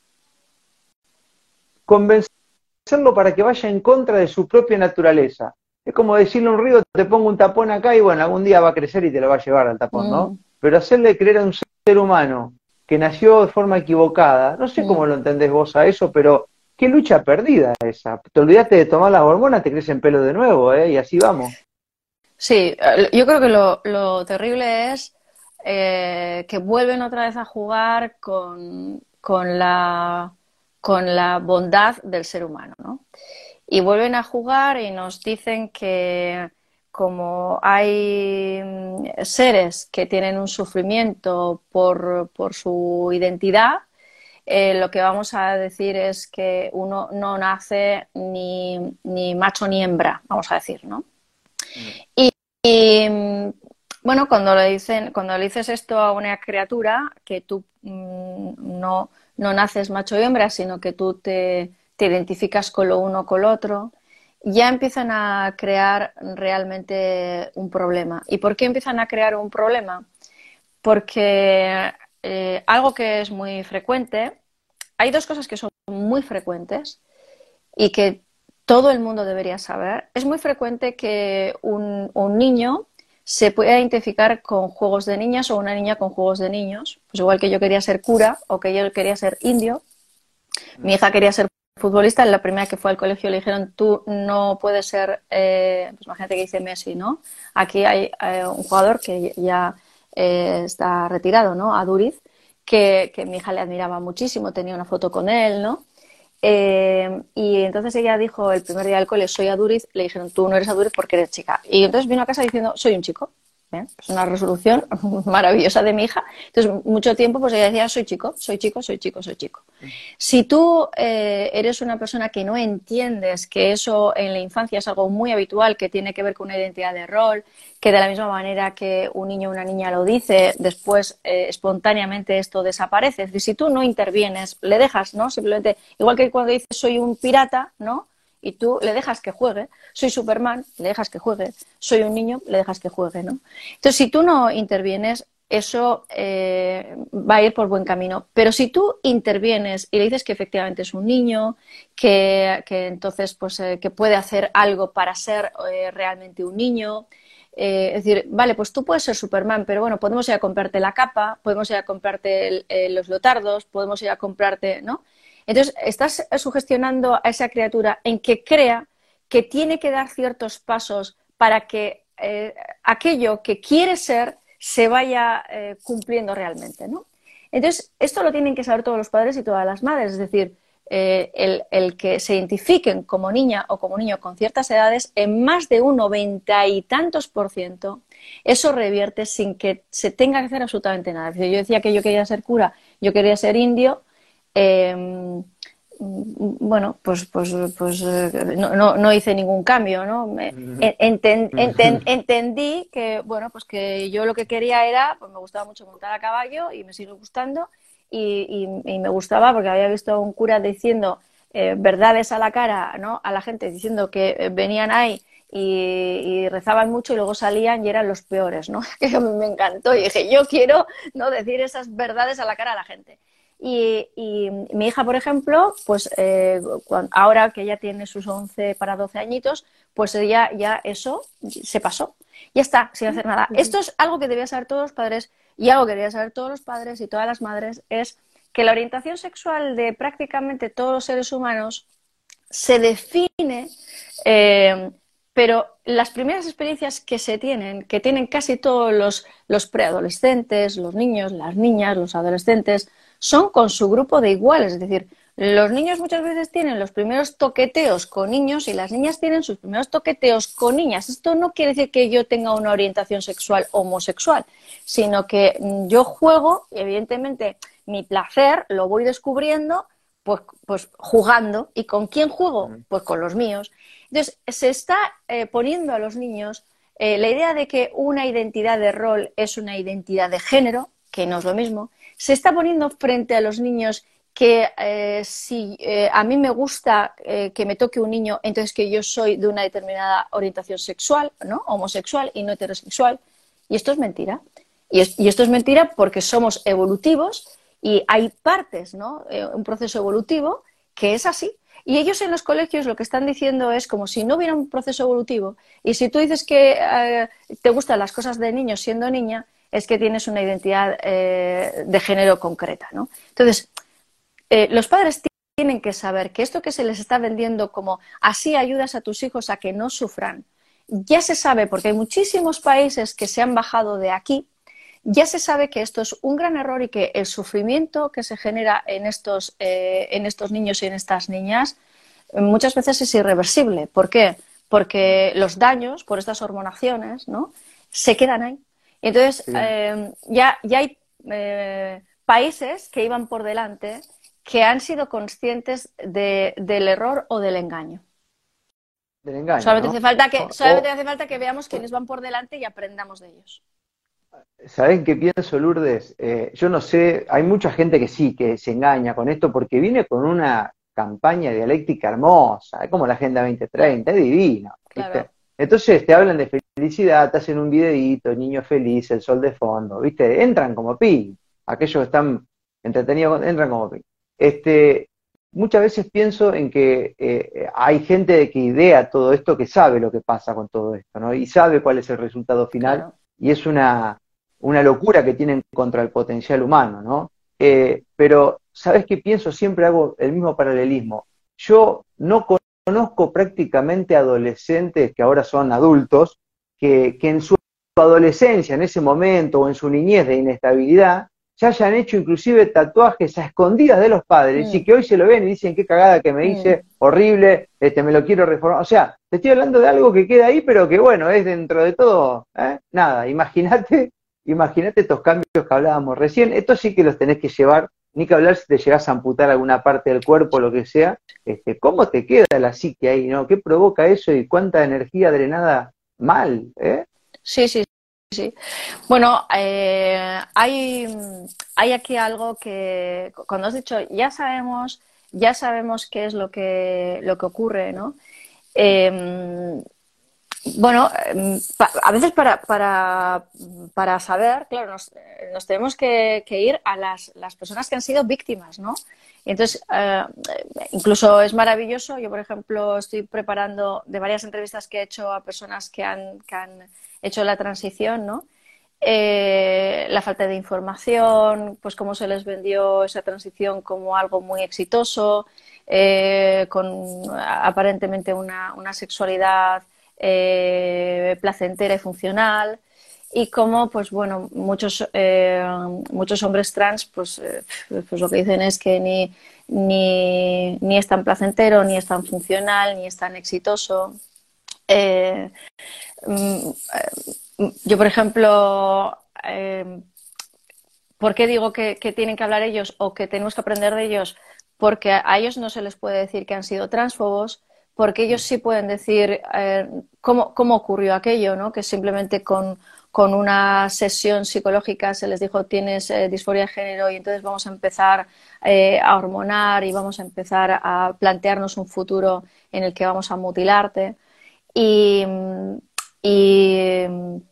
convencerlo para que vaya en contra de su propia naturaleza. Es como decirle a un río, te pongo un tapón acá y bueno, algún día va a crecer y te lo va a llevar al tapón, ¿no? mm, Pero hacerle creer a un ser humano que nació de forma equivocada, no sé cómo mm. lo entendés vos a eso, pero qué lucha perdida esa. Te olvidaste de tomar las hormonas, te crecen pelo de nuevo, ¿eh? Y así vamos. Sí, yo creo que lo terrible es que vuelven otra vez a jugar con la bondad del ser humano, ¿no? Y vuelven a jugar y nos dicen que como hay seres que tienen un sufrimiento por su identidad, lo que vamos a decir es que uno no nace ni macho ni hembra, vamos a decir, ¿no? Mm. Y bueno, cuando le dices esto a una criatura, que tú no naces macho y hembra, sino que tú te identificas con lo uno con lo otro, ya empiezan a crear realmente un problema. ¿Y por qué empiezan a crear un problema? Porque algo que es muy frecuente, hay dos cosas que son muy frecuentes y que todo el mundo debería saber. Es muy frecuente que un niño se pueda identificar con juegos de niñas o una niña con juegos de niños. Pues igual que yo quería ser cura o que yo quería ser indio, mi Mm. hija quería ser futbolista. La primera que fue al colegio le dijeron, tú no puedes ser, pues imagínate que dice Messi, ¿no? Aquí hay un jugador que ya está retirado, ¿no? A Duriz, que mi hija le admiraba muchísimo, tenía una foto con él, ¿no? Y entonces ella dijo el primer día del cole, soy Aduriz, le dijeron, tú no eres Aduriz porque eres chica. Y entonces vino a casa diciendo, soy un chico. ¿Bien? Es una resolución maravillosa de mi hija. Entonces, mucho tiempo pues ella decía, soy chico, soy chico, soy chico, soy chico. Si tú eres una persona que no entiendes que eso en la infancia es algo muy habitual, que tiene que ver con una identidad de rol, que de la misma manera que un niño o una niña lo dice, después espontáneamente esto desaparece. Es decir, si tú no intervienes, le dejas, ¿no? Simplemente, igual que cuando dices soy un pirata, ¿no? Y tú le dejas que juegue, soy Superman, le dejas que juegue, soy un niño, le dejas que juegue, ¿no? Entonces, si tú no intervienes, eso va a ir por buen camino. Pero si tú intervienes y le dices que efectivamente es un niño, que entonces pues, que puede hacer algo para ser realmente un niño, es decir, vale, pues tú puedes ser Superman, pero bueno, podemos ir a comprarte la capa, podemos ir a comprarte los lotardos, podemos ir a comprarte, ¿no? Entonces, estás sugestionando a esa criatura en que crea que tiene que dar ciertos pasos para que aquello que quiere ser se vaya cumpliendo realmente, ¿no? Entonces, esto lo tienen que saber todos los padres y todas las madres, es decir, el que se identifiquen como niña o como niño con ciertas edades, en más de un 90 y tantos por ciento, eso revierte sin que se tenga que hacer absolutamente nada. Es decir, yo decía que yo quería ser cura, yo quería ser indio, eh, bueno, pues no hice ningún cambio, ¿no? Entendí que, bueno, pues que yo lo que quería era, pues me gustaba mucho montar a caballo y me sigue gustando y me gustaba porque había visto a un cura diciendo verdades a la cara, ¿no? A la gente diciendo que venían ahí y rezaban mucho y luego salían y eran los peores, ¿no? Que a mí me encantó y dije, yo quiero, ¿no? Decir esas verdades a la cara a la gente. Y mi hija, por ejemplo, pues ahora que ya tiene sus 11 para 12 añitos, pues ella ya eso se pasó. Ya está, sin hacer nada. Esto es algo que debían saber todos los padres y algo que deberían saber todos los padres y todas las madres, es que la orientación sexual de prácticamente todos los seres humanos se define eh, pero las primeras experiencias que tienen casi todos los preadolescentes, los niños, las niñas, los adolescentes, son con su grupo de iguales. Es decir, los niños muchas veces tienen los primeros toqueteos con niños y las niñas tienen sus primeros toqueteos con niñas. Esto no quiere decir que yo tenga una orientación sexual homosexual, sino que yo juego y evidentemente mi placer lo voy descubriendo pues jugando. ¿Y con quién juego? Pues con los míos. Entonces, se está poniendo a los niños la idea de que una identidad de rol es una identidad de género, que no es lo mismo. Se está poniendo frente a los niños que si a mí me gusta que me toque un niño, entonces que yo soy de una determinada orientación sexual, ¿no? Homosexual y no heterosexual. Y esto es mentira. Y esto es mentira porque somos evolutivos y hay partes, ¿no? Un proceso evolutivo que es así. Y ellos en los colegios lo que están diciendo es como si no hubiera un proceso evolutivo. Y si tú dices que te gustan las cosas de niño siendo niña, es que tienes una identidad de género concreta, ¿no? Entonces, los padres tienen que saber que esto que se les está vendiendo como así ayudas a tus hijos a que no sufran, ya se sabe, porque hay muchísimos países que se han bajado de aquí, ya se sabe que esto es un gran error y que el sufrimiento que se genera en estos niños y en estas niñas muchas veces es irreversible. ¿Por qué? Porque los daños por estas hormonaciones, ¿no?, se quedan ahí. Y entonces Sí. ya hay países que iban por delante que han sido conscientes del error o del engaño. Del engaño, ¿no? Solamente hace falta que veamos quiénes van por delante y aprendamos de ellos. ¿Saben qué pienso, Lourdes? Yo no sé, hay mucha gente que sí, que se engaña con esto porque viene con una campaña dialéctica hermosa, es como la Agenda 2030, es divino, ¿viste? Claro. Entonces te hablan de felicidad, te hacen un videíto, niño feliz, el sol de fondo, ¿viste? Entran como pi, aquellos que están entretenidos, entran como pi. Muchas veces pienso en que hay gente que idea todo esto, que sabe lo que pasa con todo esto, ¿no? Y sabe cuál es el resultado final, Claro. y es una locura que tienen contra el potencial humano, ¿no? Pero, ¿sabes qué pienso? Siempre hago el mismo paralelismo. Yo no conozco prácticamente adolescentes que ahora son adultos, que en su adolescencia, en ese momento, o en su niñez de inestabilidad, ya hayan hecho inclusive tatuajes a escondidas de los padres y Mm, que hoy se lo ven y dicen qué cagada que me mm. hice, horrible, me lo quiero reformar. O sea, te estoy hablando de algo que queda ahí, pero que bueno, es dentro de todo, nada, imagínate estos cambios que hablábamos recién, estos sí que los tenés que llevar, ni que hablar si te llegás a amputar alguna parte del cuerpo, lo que sea, ¿cómo te queda la psique ahí, no? ¿Qué provoca eso y cuánta energía drenada mal, eh? Sí, sí, sí. Bueno, hay aquí algo que, cuando has dicho, ya sabemos qué es lo que ocurre, ¿no? Eh, bueno, a veces para saber, claro, nos tenemos que ir a las personas que han sido víctimas, ¿no? Y entonces, incluso es maravilloso. Yo, por ejemplo, estoy preparando de varias entrevistas que he hecho a personas que han hecho la transición, ¿no? La falta de información, pues cómo se les vendió esa transición como algo muy exitoso, con aparentemente una sexualidad placentera y funcional, y cómo, pues bueno, muchos hombres trans, pues lo que dicen es que ni es tan placentero, ni es tan funcional, ni es tan exitoso. Eh, mm, yo, por ejemplo, ¿por qué digo que tienen que hablar ellos o que tenemos que aprender de ellos? Porque a ellos no se les puede decir que han sido transfobos, porque ellos sí pueden decir cómo ocurrió aquello, ¿no? Que simplemente con una sesión psicológica se les dijo tienes disforia de género y entonces vamos a empezar a hormonar y vamos a empezar a plantearnos un futuro en el que vamos a mutilarte. Y, y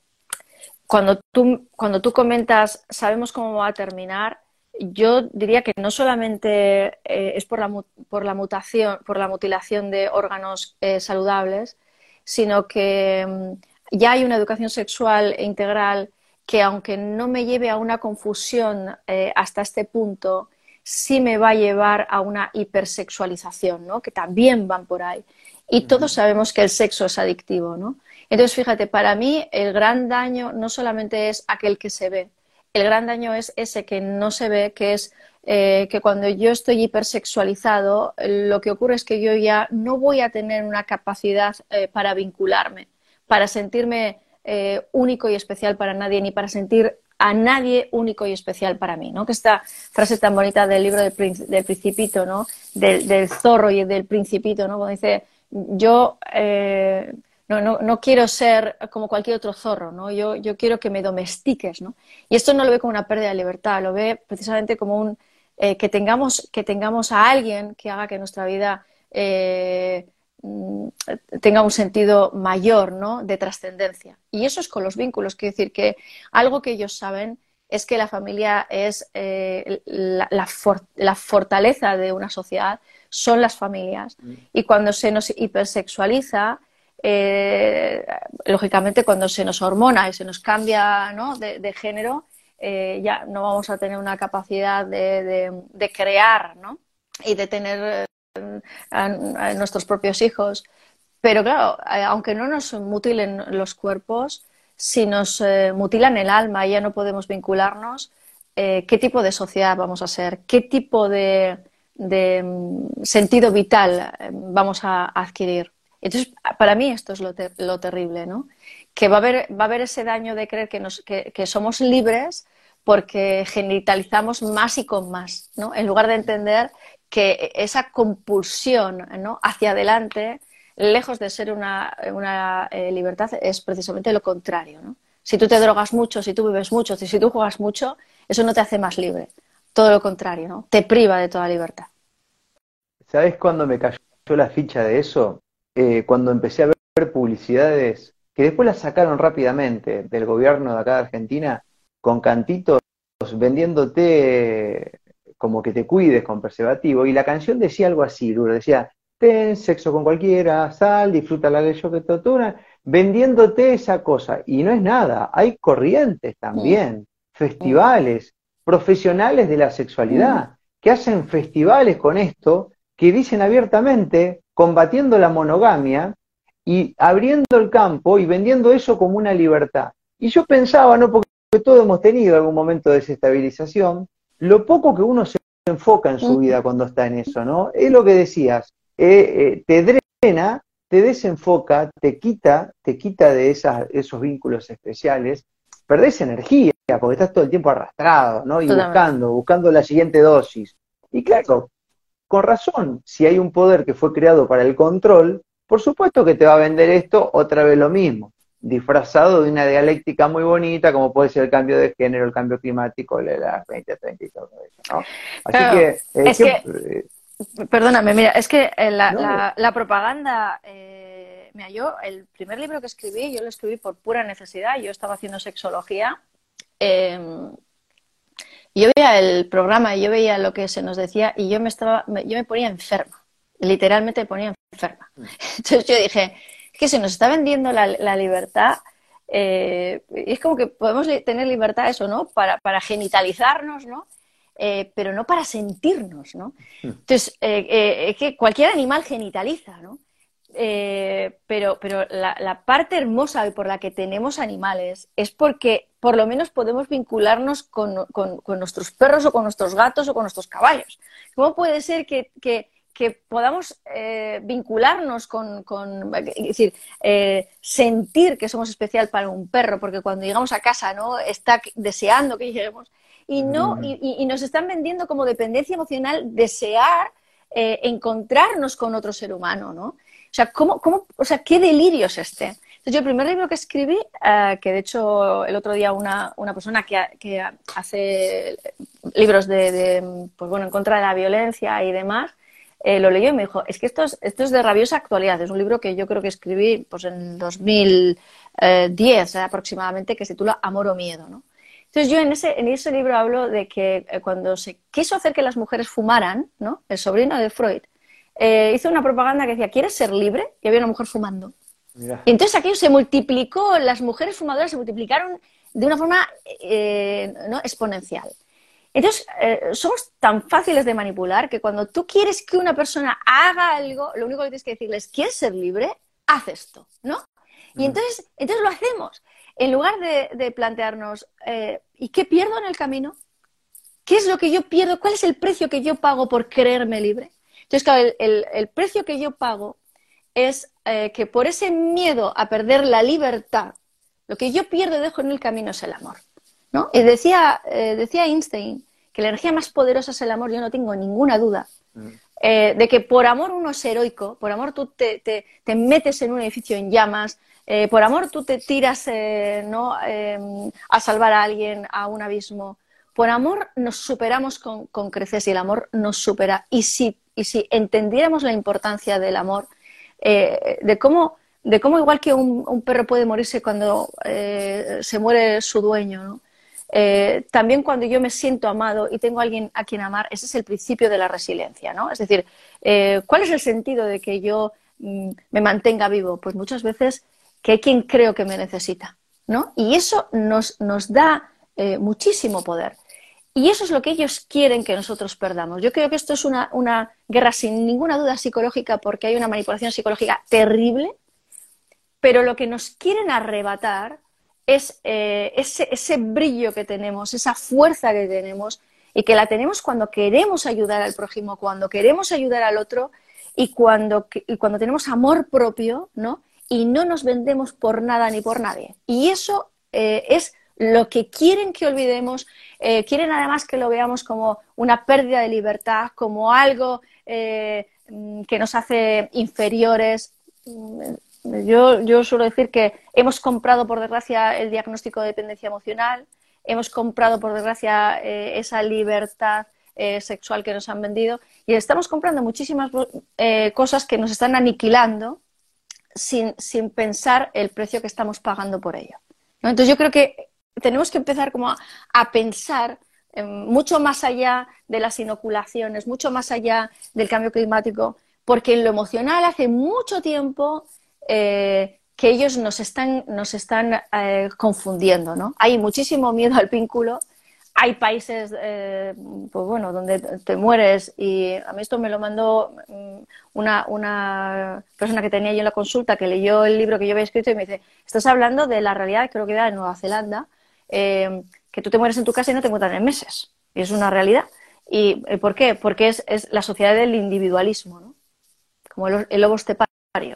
cuando tú comentas, sabemos cómo va a terminar, yo diría que no solamente es por la mutación, por la mutilación de órganos saludables, sino que ya hay una educación sexual e integral que, aunque no me lleve a una confusión hasta este punto, sí me va a llevar a una hipersexualización, ¿no? Que también van por ahí. Y todos sabemos que el sexo es adictivo, ¿no? Entonces, fíjate, para mí el gran daño no solamente es aquel que se ve, el gran daño es ese que no se ve, que es que cuando yo estoy hipersexualizado, lo que ocurre es que yo ya no voy a tener una capacidad para vincularme, para sentirme único y especial para nadie, ni para sentir a nadie único y especial para mí, ¿no? Que esta frase tan bonita del libro del Principito, ¿no? Del zorro y del Principito, ¿no? Cuando dice, yo no quiero ser como cualquier otro zorro, ¿no? Yo quiero que me domestiques, ¿no? Y esto no lo ve como una pérdida de libertad, lo ve precisamente como que tengamos a alguien que haga que nuestra vida tenga un sentido mayor, ¿no? De trascendencia. Y eso es con los vínculos, quiero decir que algo que ellos saben es que la familia es la fortaleza de una sociedad, son las familias. Y cuando se nos hipersexualiza, lógicamente cuando se nos hormona y se nos cambia, ¿no? de género, ya no vamos a tener una capacidad de crear, ¿no? Y de tener a nuestros propios hijos. Pero claro, aunque no nos mutilen los cuerpos, si nos mutilan el alma y ya no podemos vincularnos, ¿qué tipo de sociedad vamos a ser? ¿Qué tipo de sentido vital vamos a adquirir? Entonces, para mí esto es lo terrible, ¿no? Que va a haber ese daño de creer que somos libres porque genitalizamos más y con más, ¿no? En lugar de entender que esa compulsión, ¿no? hacia adelante, lejos de ser una libertad, es precisamente lo contrario, ¿no? Si tú te drogas mucho, si tú bebes mucho, si tú juegas mucho, eso no te hace más libre. Todo lo contrario, ¿no? Te priva de toda libertad. ¿Sabés cuándo me cayó la ficha de eso? Cuando empecé a ver publicidades, que después las sacaron rápidamente del gobierno de acá de Argentina, con cantitos vendiéndote como que te cuides con preservativo, y la canción decía algo así, Luro, decía, ten sexo con cualquiera, sal, disfruta la ley que te tortura, vendiéndote esa cosa, y no es nada, hay corrientes también, festivales, profesionales de la sexualidad, que hacen festivales con esto, que dicen abiertamente, combatiendo la monogamia y abriendo el campo y vendiendo eso como una libertad. Y yo pensaba, ¿no? Porque todos hemos tenido algún momento de desestabilización, lo poco que uno se enfoca en su vida cuando está en eso, ¿no? Es lo que decías, te drena, te desenfoca, te quita de esos vínculos especiales, perdés energía, porque estás todo el tiempo arrastrado, ¿no? Y buscando la siguiente dosis. Y claro, con razón, si hay un poder que fue creado para el control, por supuesto que te va a vender esto otra vez lo mismo, disfrazado de una dialéctica muy bonita, como puede ser el cambio de género, el cambio climático, la 2030 y todo eso, ¿no? Así Claro, perdóname, mira, es que no, la propaganda, mira, yo el primer libro que escribí, yo lo escribí por pura necesidad, yo estaba haciendo sexología, yo veía el programa, yo veía lo que se nos decía y yo me ponía enferma, literalmente me ponía enferma. Entonces yo dije, es que se nos está vendiendo la libertad, y es como que podemos tener libertad, eso, ¿no? Para genitalizarnos, ¿no? Pero no para sentirnos, ¿no? Entonces, es que cualquier animal genitaliza, ¿no? Pero la parte hermosa por la que tenemos animales es porque por lo menos podemos vincularnos con nuestros perros o con nuestros gatos o con nuestros caballos. ¿Cómo puede ser que podamos vincularnos es decir, sentir que somos especial para un perro, porque cuando llegamos a casa, ¿no? Está deseando que lleguemos y nos están vendiendo como dependencia emocional desear encontrarnos con otro ser humano, ¿no? O sea, o sea, ¿qué delirio es este? Entonces, yo el primer libro que escribí, que de hecho el otro día una persona que hace libros pues bueno, en contra de la violencia y demás, lo leyó y me dijo, es que esto es de rabiosa actualidad. Es un libro que yo creo que escribí pues en 2010 aproximadamente, que se titula Amor o Miedo, ¿no? Entonces yo en ese libro hablo de que cuando se quiso hacer que las mujeres fumaran, ¿no? El sobrino de Freud hizo una propaganda que decía, ¿quieres ser libre? Y había una mujer fumando. mirá. Y entonces aquello se multiplicó, las mujeres fumadoras se multiplicaron de una forma ¿no? exponencial. Entonces, somos tan fáciles de manipular que cuando tú quieres que una persona haga algo, lo único que tienes que decirle es, ¿quieres ser libre? Haz esto, ¿no? Y entonces lo hacemos. En lugar de plantearnos, ¿y qué pierdo en el camino? ¿Qué es lo que yo pierdo? ¿Cuál es el precio que yo pago por creerme libre? Entonces, claro, el precio que yo pago es que por ese miedo a perder la libertad, lo que yo pierdo y dejo en el camino es el amor, ¿no? Y decía Einstein que la energía más poderosa es el amor, yo no tengo ninguna duda. De que por amor uno es heroico, por amor tú te metes en un edificio en llamas, por amor tú te tiras ¿no? A salvar a alguien a un abismo. Por amor nos superamos con creces y el amor nos supera. Y si entendiéramos la importancia del amor, de cómo igual que un perro puede morirse cuando se muere su dueño, ¿no? También cuando yo me siento amado y tengo a alguien a quien amar, ese es el principio de la resiliencia, ¿no? Es decir, ¿cuál es el sentido de que yo me mantenga vivo? Pues muchas veces que hay quien creo que me necesita, ¿no? Y eso nos da muchísimo poder. Y eso es lo que ellos quieren que nosotros perdamos. Yo creo que esto es una guerra sin ninguna duda psicológica porque hay una manipulación psicológica terrible, pero lo que nos quieren arrebatar es ese brillo que tenemos, esa fuerza que tenemos y que la tenemos cuando queremos ayudar al prójimo, cuando queremos ayudar al otro y cuando tenemos amor propio, ¿no? Y no nos vendemos por nada ni por nadie. Y eso es lo que quieren que olvidemos, quieren además que lo veamos como una pérdida de libertad, como algo que nos hace inferiores. Yo suelo decir que hemos comprado, por desgracia, el diagnóstico de dependencia emocional, hemos comprado, por desgracia, esa libertad sexual que nos han vendido y estamos comprando muchísimas cosas que nos están aniquilando sin pensar el precio que estamos pagando por ello, ¿no? Entonces yo creo que tenemos que empezar como a pensar mucho más allá de las inoculaciones, mucho más allá del cambio climático, porque en lo emocional hace mucho tiempo que ellos nos están confundiendo, ¿no? Hay muchísimo miedo al vínculo, hay países pues bueno, donde te mueres y a mí esto me lo mandó una persona que tenía yo en la consulta que leyó el libro que yo había escrito y me dice, estás hablando de la realidad, creo que era de Nueva Zelanda, que tú te mueres en tu casa y no te encuentran en meses, y es una realidad. ¿Y por qué? Porque es la sociedad del individualismo, ¿no? Como el lobo estepario.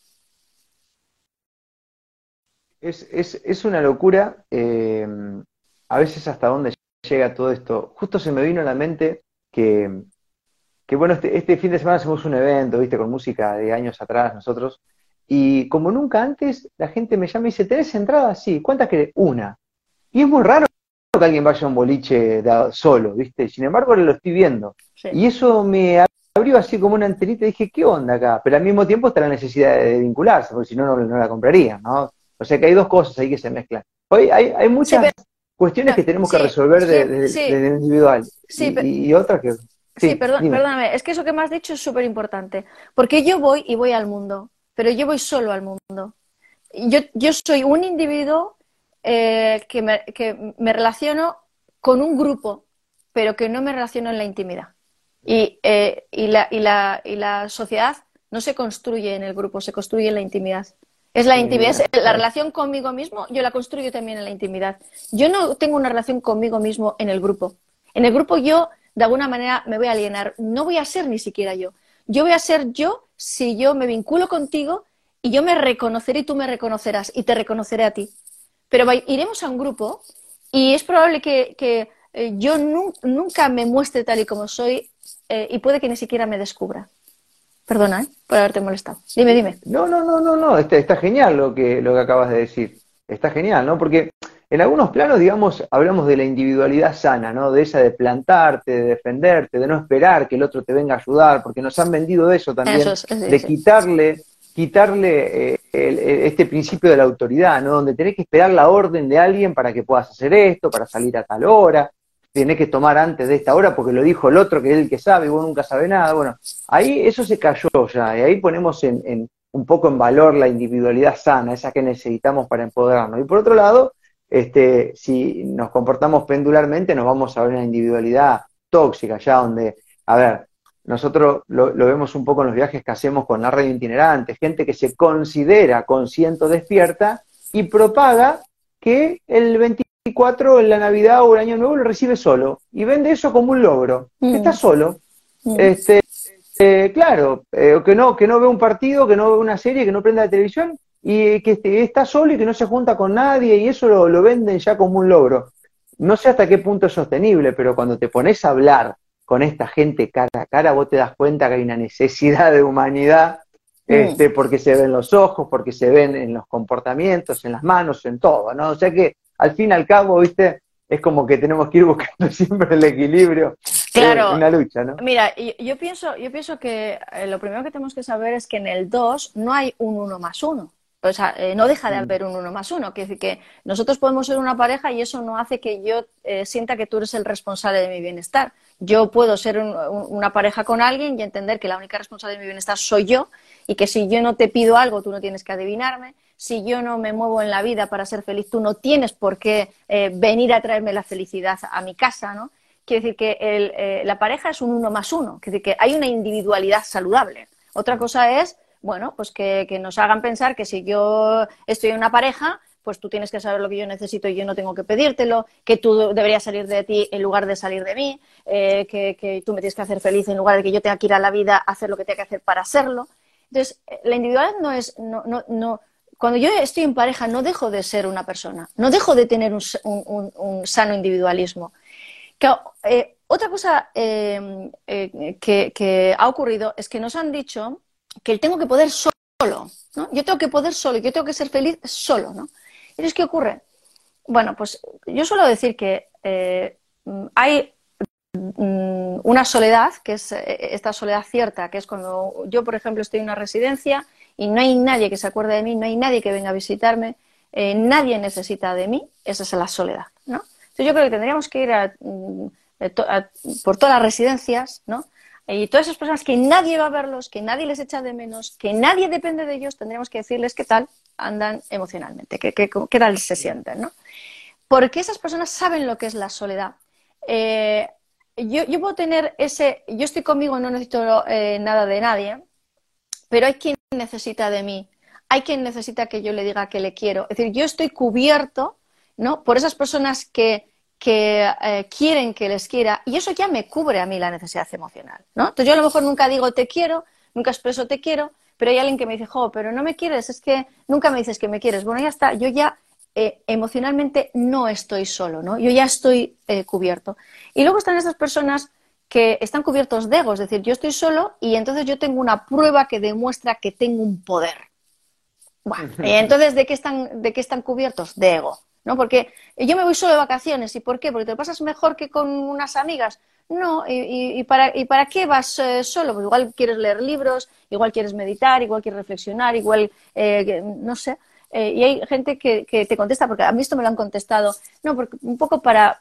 Es una locura, a veces hasta dónde llega todo esto. Justo se me vino a la mente que bueno, este fin de semana hacemos un evento, viste, con música de años atrás nosotros, y como nunca antes, la gente me llama y dice, ¿tenés entradas? Sí, ¿cuántas querés? Una. Y es muy raro que alguien vaya a un boliche solo, viste, sin embargo ahora lo estoy viendo. Sí. Y eso me abrió así como una antenita y dije, ¿qué onda acá? Pero al mismo tiempo está la necesidad de vincularse, porque si no, no la compraría, ¿no? O sea que hay dos cosas ahí que se mezclan. Hoy hay muchas Sí, cuestiones que tenemos que resolver desde el individual y otras que... Sí, Sí, dime. perdóname, es que eso que me has dicho es súper importante, porque yo voy al mundo, pero yo voy solo al mundo. Yo soy un individuo que me relaciono con un grupo, pero que no me relaciono en la intimidad. Y la sociedad no se construye en el grupo, se construye en la intimidad. Es la intimidad, es la relación conmigo mismo, yo la construyo también en la intimidad. Yo no tengo una relación conmigo mismo en el grupo. En el grupo yo, de alguna manera, me voy a alienar. No voy a ser ni siquiera yo. Yo voy a ser yo si yo me vinculo contigo y yo me reconoceré y tú me reconocerás y te reconoceré a ti. Pero iremos a un grupo y es probable que yo nunca me muestre tal y como soy y puede que ni siquiera me descubra. Perdona, por haberte molestado. Dime. No, está genial lo que acabas de decir. Está genial, ¿no? Porque en algunos planos, digamos, hablamos de la individualidad sana, ¿no? De esa de plantarte, de defenderte, de no esperar que el otro te venga a ayudar, porque nos han vendido eso también, de quitarle este principio de la autoridad, ¿no? Donde tenés que esperar la orden de alguien para que puedas hacer esto, para salir a tal hora, tenés que tomar antes de esta hora porque lo dijo el otro, que es el que sabe y vos nunca sabés nada. Bueno, ahí eso se cayó ya, y ahí ponemos un poco en valor la individualidad sana, esa que necesitamos para empoderarnos. Y por otro lado, si nos comportamos pendularmente nos vamos a ver una individualidad tóxica, ya donde, a ver, nosotros lo vemos un poco en los viajes que hacemos con la radio itinerante, gente que se considera consciente o despierta y propaga que el 24, en la Navidad o el Año Nuevo lo recibe solo y vende eso como un logro. Está solo. Claro, que no ve un partido, que no ve una serie, que no prende la televisión y que está solo y que no se junta con nadie y eso lo venden ya como un logro. No sé hasta qué punto es sostenible, pero cuando te pones a hablar con esta gente cara a cara, vos te das cuenta que hay una necesidad de humanidad, porque se ven los ojos, porque se ven en los comportamientos, en las manos, en todo, ¿no? O sea que al fin y al cabo, ¿viste? Es como que tenemos que ir buscando siempre el equilibrio. Claro, Una lucha, ¿no? mira, yo pienso que lo primero que tenemos que saber es que en el 2 no hay un uno más uno. O sea, no deja de haber un uno más uno. Quiere decir que nosotros podemos ser una pareja y eso no hace que yo sienta que tú eres el responsable de mi bienestar. Yo puedo ser una pareja con alguien y entender que la única responsable de mi bienestar soy yo y que si yo no te pido algo, tú no tienes que adivinarme. Si yo no me muevo en la vida para ser feliz, tú no tienes por qué venir a traerme la felicidad a mi casa, ¿no? Quiere decir que la pareja es un uno más uno. Quiere decir que hay una individualidad saludable. Otra cosa es, bueno, pues que nos hagan pensar que si yo estoy en una pareja, pues tú tienes que saber lo que yo necesito y yo no tengo que pedírtelo, que tú deberías salir de ti en lugar de salir de mí, que tú me tienes que hacer feliz en lugar de que yo tenga que ir a la vida a hacer lo que tenga que hacer para hacerlo. Entonces, la individualidad no es... No, cuando yo estoy en pareja no dejo de ser una persona, no dejo de tener un sano individualismo. Otra cosa que ha ocurrido es que nos han dicho que tengo que poder solo, ¿no? Yo tengo que poder solo, yo tengo que ser feliz solo, ¿no? Entonces, ¿qué ocurre? Bueno, pues yo suelo decir que hay una soledad, que es esta soledad cierta, que es cuando yo, por ejemplo, estoy en una residencia y no hay nadie que se acuerde de mí, no hay nadie que venga a visitarme, nadie necesita de mí, esa es la soledad, ¿no? Entonces yo creo que tendríamos que ir por todas las residencias, ¿no? Y todas esas personas que nadie va a verlos, que nadie les echa de menos, que nadie depende de ellos, tendríamos que decirles qué tal andan emocionalmente, qué tal se sienten, ¿no? Porque esas personas saben lo que es la soledad. Yo puedo tener yo estoy conmigo, no necesito nada de nadie, pero hay quien necesita de mí, hay quien necesita que yo le diga que le quiero. Es decir, yo estoy cubierto, ¿no?, por esas personas que quieren que les quiera, y eso ya me cubre a mí la necesidad emocional, ¿no? Entonces yo a lo mejor nunca digo te quiero, nunca expreso te quiero, pero hay alguien que me dice, jo, pero no me quieres, es que nunca me dices que me quieres. Bueno, ya está, yo ya emocionalmente no estoy solo, ¿no? Yo ya estoy cubierto. Y luego están esas personas que están cubiertos de ego, es decir, yo estoy solo y entonces yo tengo una prueba que demuestra que tengo un poder. Bueno, entonces, ¿de qué están cubiertos? De ego, ¿no? Porque yo me voy solo de vacaciones. ¿Y por qué? ¿Porque te lo pasas mejor que con unas amigas? No, ¿y para qué vas solo? Pues igual quieres leer libros, igual quieres meditar, igual quieres reflexionar, igual, no sé. Y hay gente que te contesta, porque a mí esto me lo han contestado, no, porque un poco para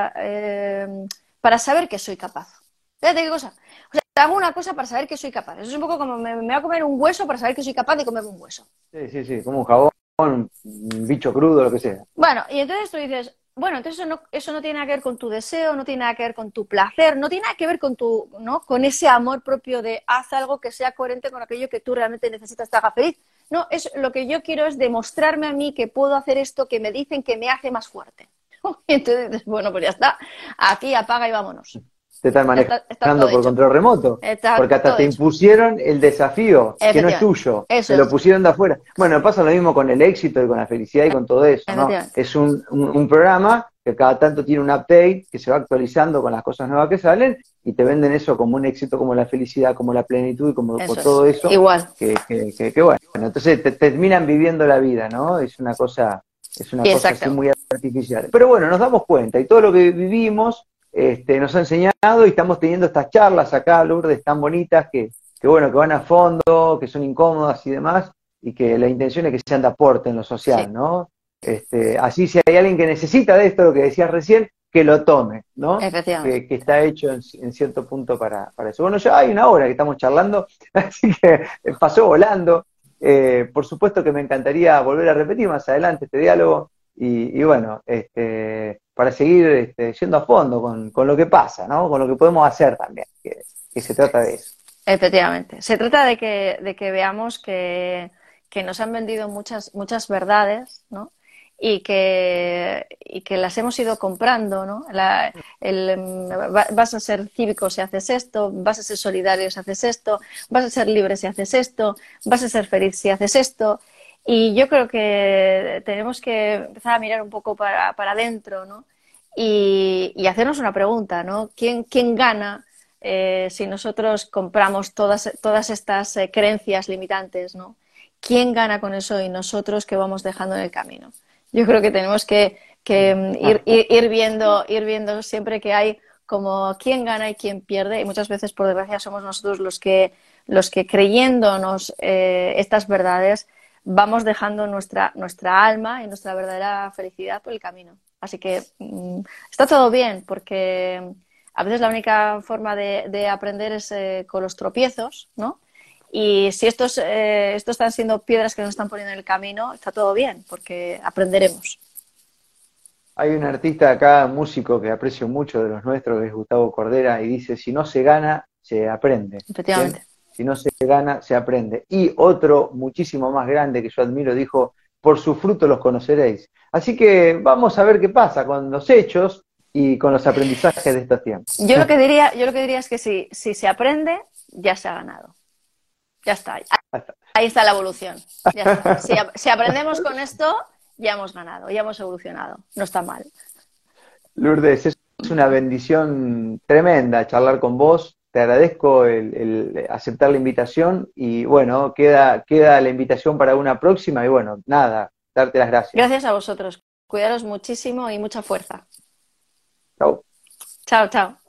saber que soy capaz. Fíjate qué cosa. O sea, hago una cosa para saber que soy capaz. Eso es un poco como me voy a comer un hueso para saber que soy capaz de comerme un hueso. Sí, como un jabón, un bicho crudo, lo que sea. Bueno, y entonces tú dices, bueno, entonces eso no tiene nada que ver con tu deseo, no tiene nada que ver con tu placer, no tiene nada que ver con ¿no?, con ese amor propio de haz algo que sea coherente con aquello que tú realmente necesitas, te haga feliz. No, lo que yo quiero es demostrarme a mí que puedo hacer esto que me dicen que me hace más fuerte. Y entonces, bueno, pues ya está, aquí apaga y vámonos. Te están manejando por control remoto, porque hasta te impusieron el desafío, que no es tuyo, te lo pusieron de afuera. Bueno, pasa lo mismo con el éxito y con la felicidad y con todo eso, ¿no? Es un programa que cada tanto tiene un update, que se va actualizando con las cosas nuevas que salen, y te venden eso como un éxito, como la felicidad, como la plenitud y como por todo eso. Igual. Que bueno, entonces te terminan viviendo la vida, ¿no? Es una cosa así muy artificial. Pero bueno, nos damos cuenta, y todo lo que vivimos nos ha enseñado, y estamos teniendo estas charlas acá, Lourdes, tan bonitas, que bueno, que van a fondo, que son incómodas y demás, y que la intención es que sean de aporte en lo social, sí, ¿no? Así, si hay alguien que necesita de esto, lo que decías recién, que lo tome, ¿no? Que está hecho en cierto punto para eso. Bueno, ya hay una hora que estamos charlando, así que pasó volando. Por supuesto que me encantaría volver a repetir más adelante este diálogo. y bueno, para seguir yendo a fondo con lo que pasa, ¿no? Con lo que podemos hacer también, que se trata de eso. Efectivamente. Se trata de que veamos que nos han vendido muchas verdades, ¿no? Y que las hemos ido comprando, ¿no? Vas a ser cívico si haces esto, vas a ser solidario si haces esto, vas a ser libre si haces esto, vas a ser feliz si haces esto. Y yo creo que tenemos que empezar a mirar un poco para adentro, ¿no? Y hacernos una pregunta, ¿no? ¿Quién gana si nosotros compramos todas estas creencias limitantes, ¿no? ¿Quién gana con eso y nosotros qué vamos dejando en el camino? Yo creo que tenemos que ir viendo siempre que hay como quién gana y quién pierde, y muchas veces, por desgracia, somos nosotros los que creyéndonos estas verdades, vamos dejando nuestra alma y nuestra verdadera felicidad por el camino. Así que está todo bien, porque a veces la única forma de aprender es con los tropiezos, ¿no? Y si estos están siendo piedras que nos están poniendo en el camino, está todo bien, porque aprenderemos. Hay un artista acá, músico que aprecio mucho de los nuestros, que es Gustavo Cordera, y dice, si no se gana, se aprende. ¿Bien? Efectivamente. Si no se gana, se aprende. Y otro, muchísimo más grande que yo admiro, dijo, por su fruto los conoceréis. Así que vamos a ver qué pasa con los hechos y con los aprendizajes de estos tiempos. Yo lo que diría es que si se aprende, ya se ha ganado. Ya está. Ahí está la evolución. Ya está. Si aprendemos con esto, ya hemos ganado, ya hemos evolucionado. No está mal. Lourdes, es una bendición tremenda charlar con vos. Te agradezco el aceptar la invitación y bueno, queda la invitación para una próxima y bueno, nada, darte las gracias. Gracias a vosotros. Cuidaros muchísimo y mucha fuerza. Chau. Chao, chao.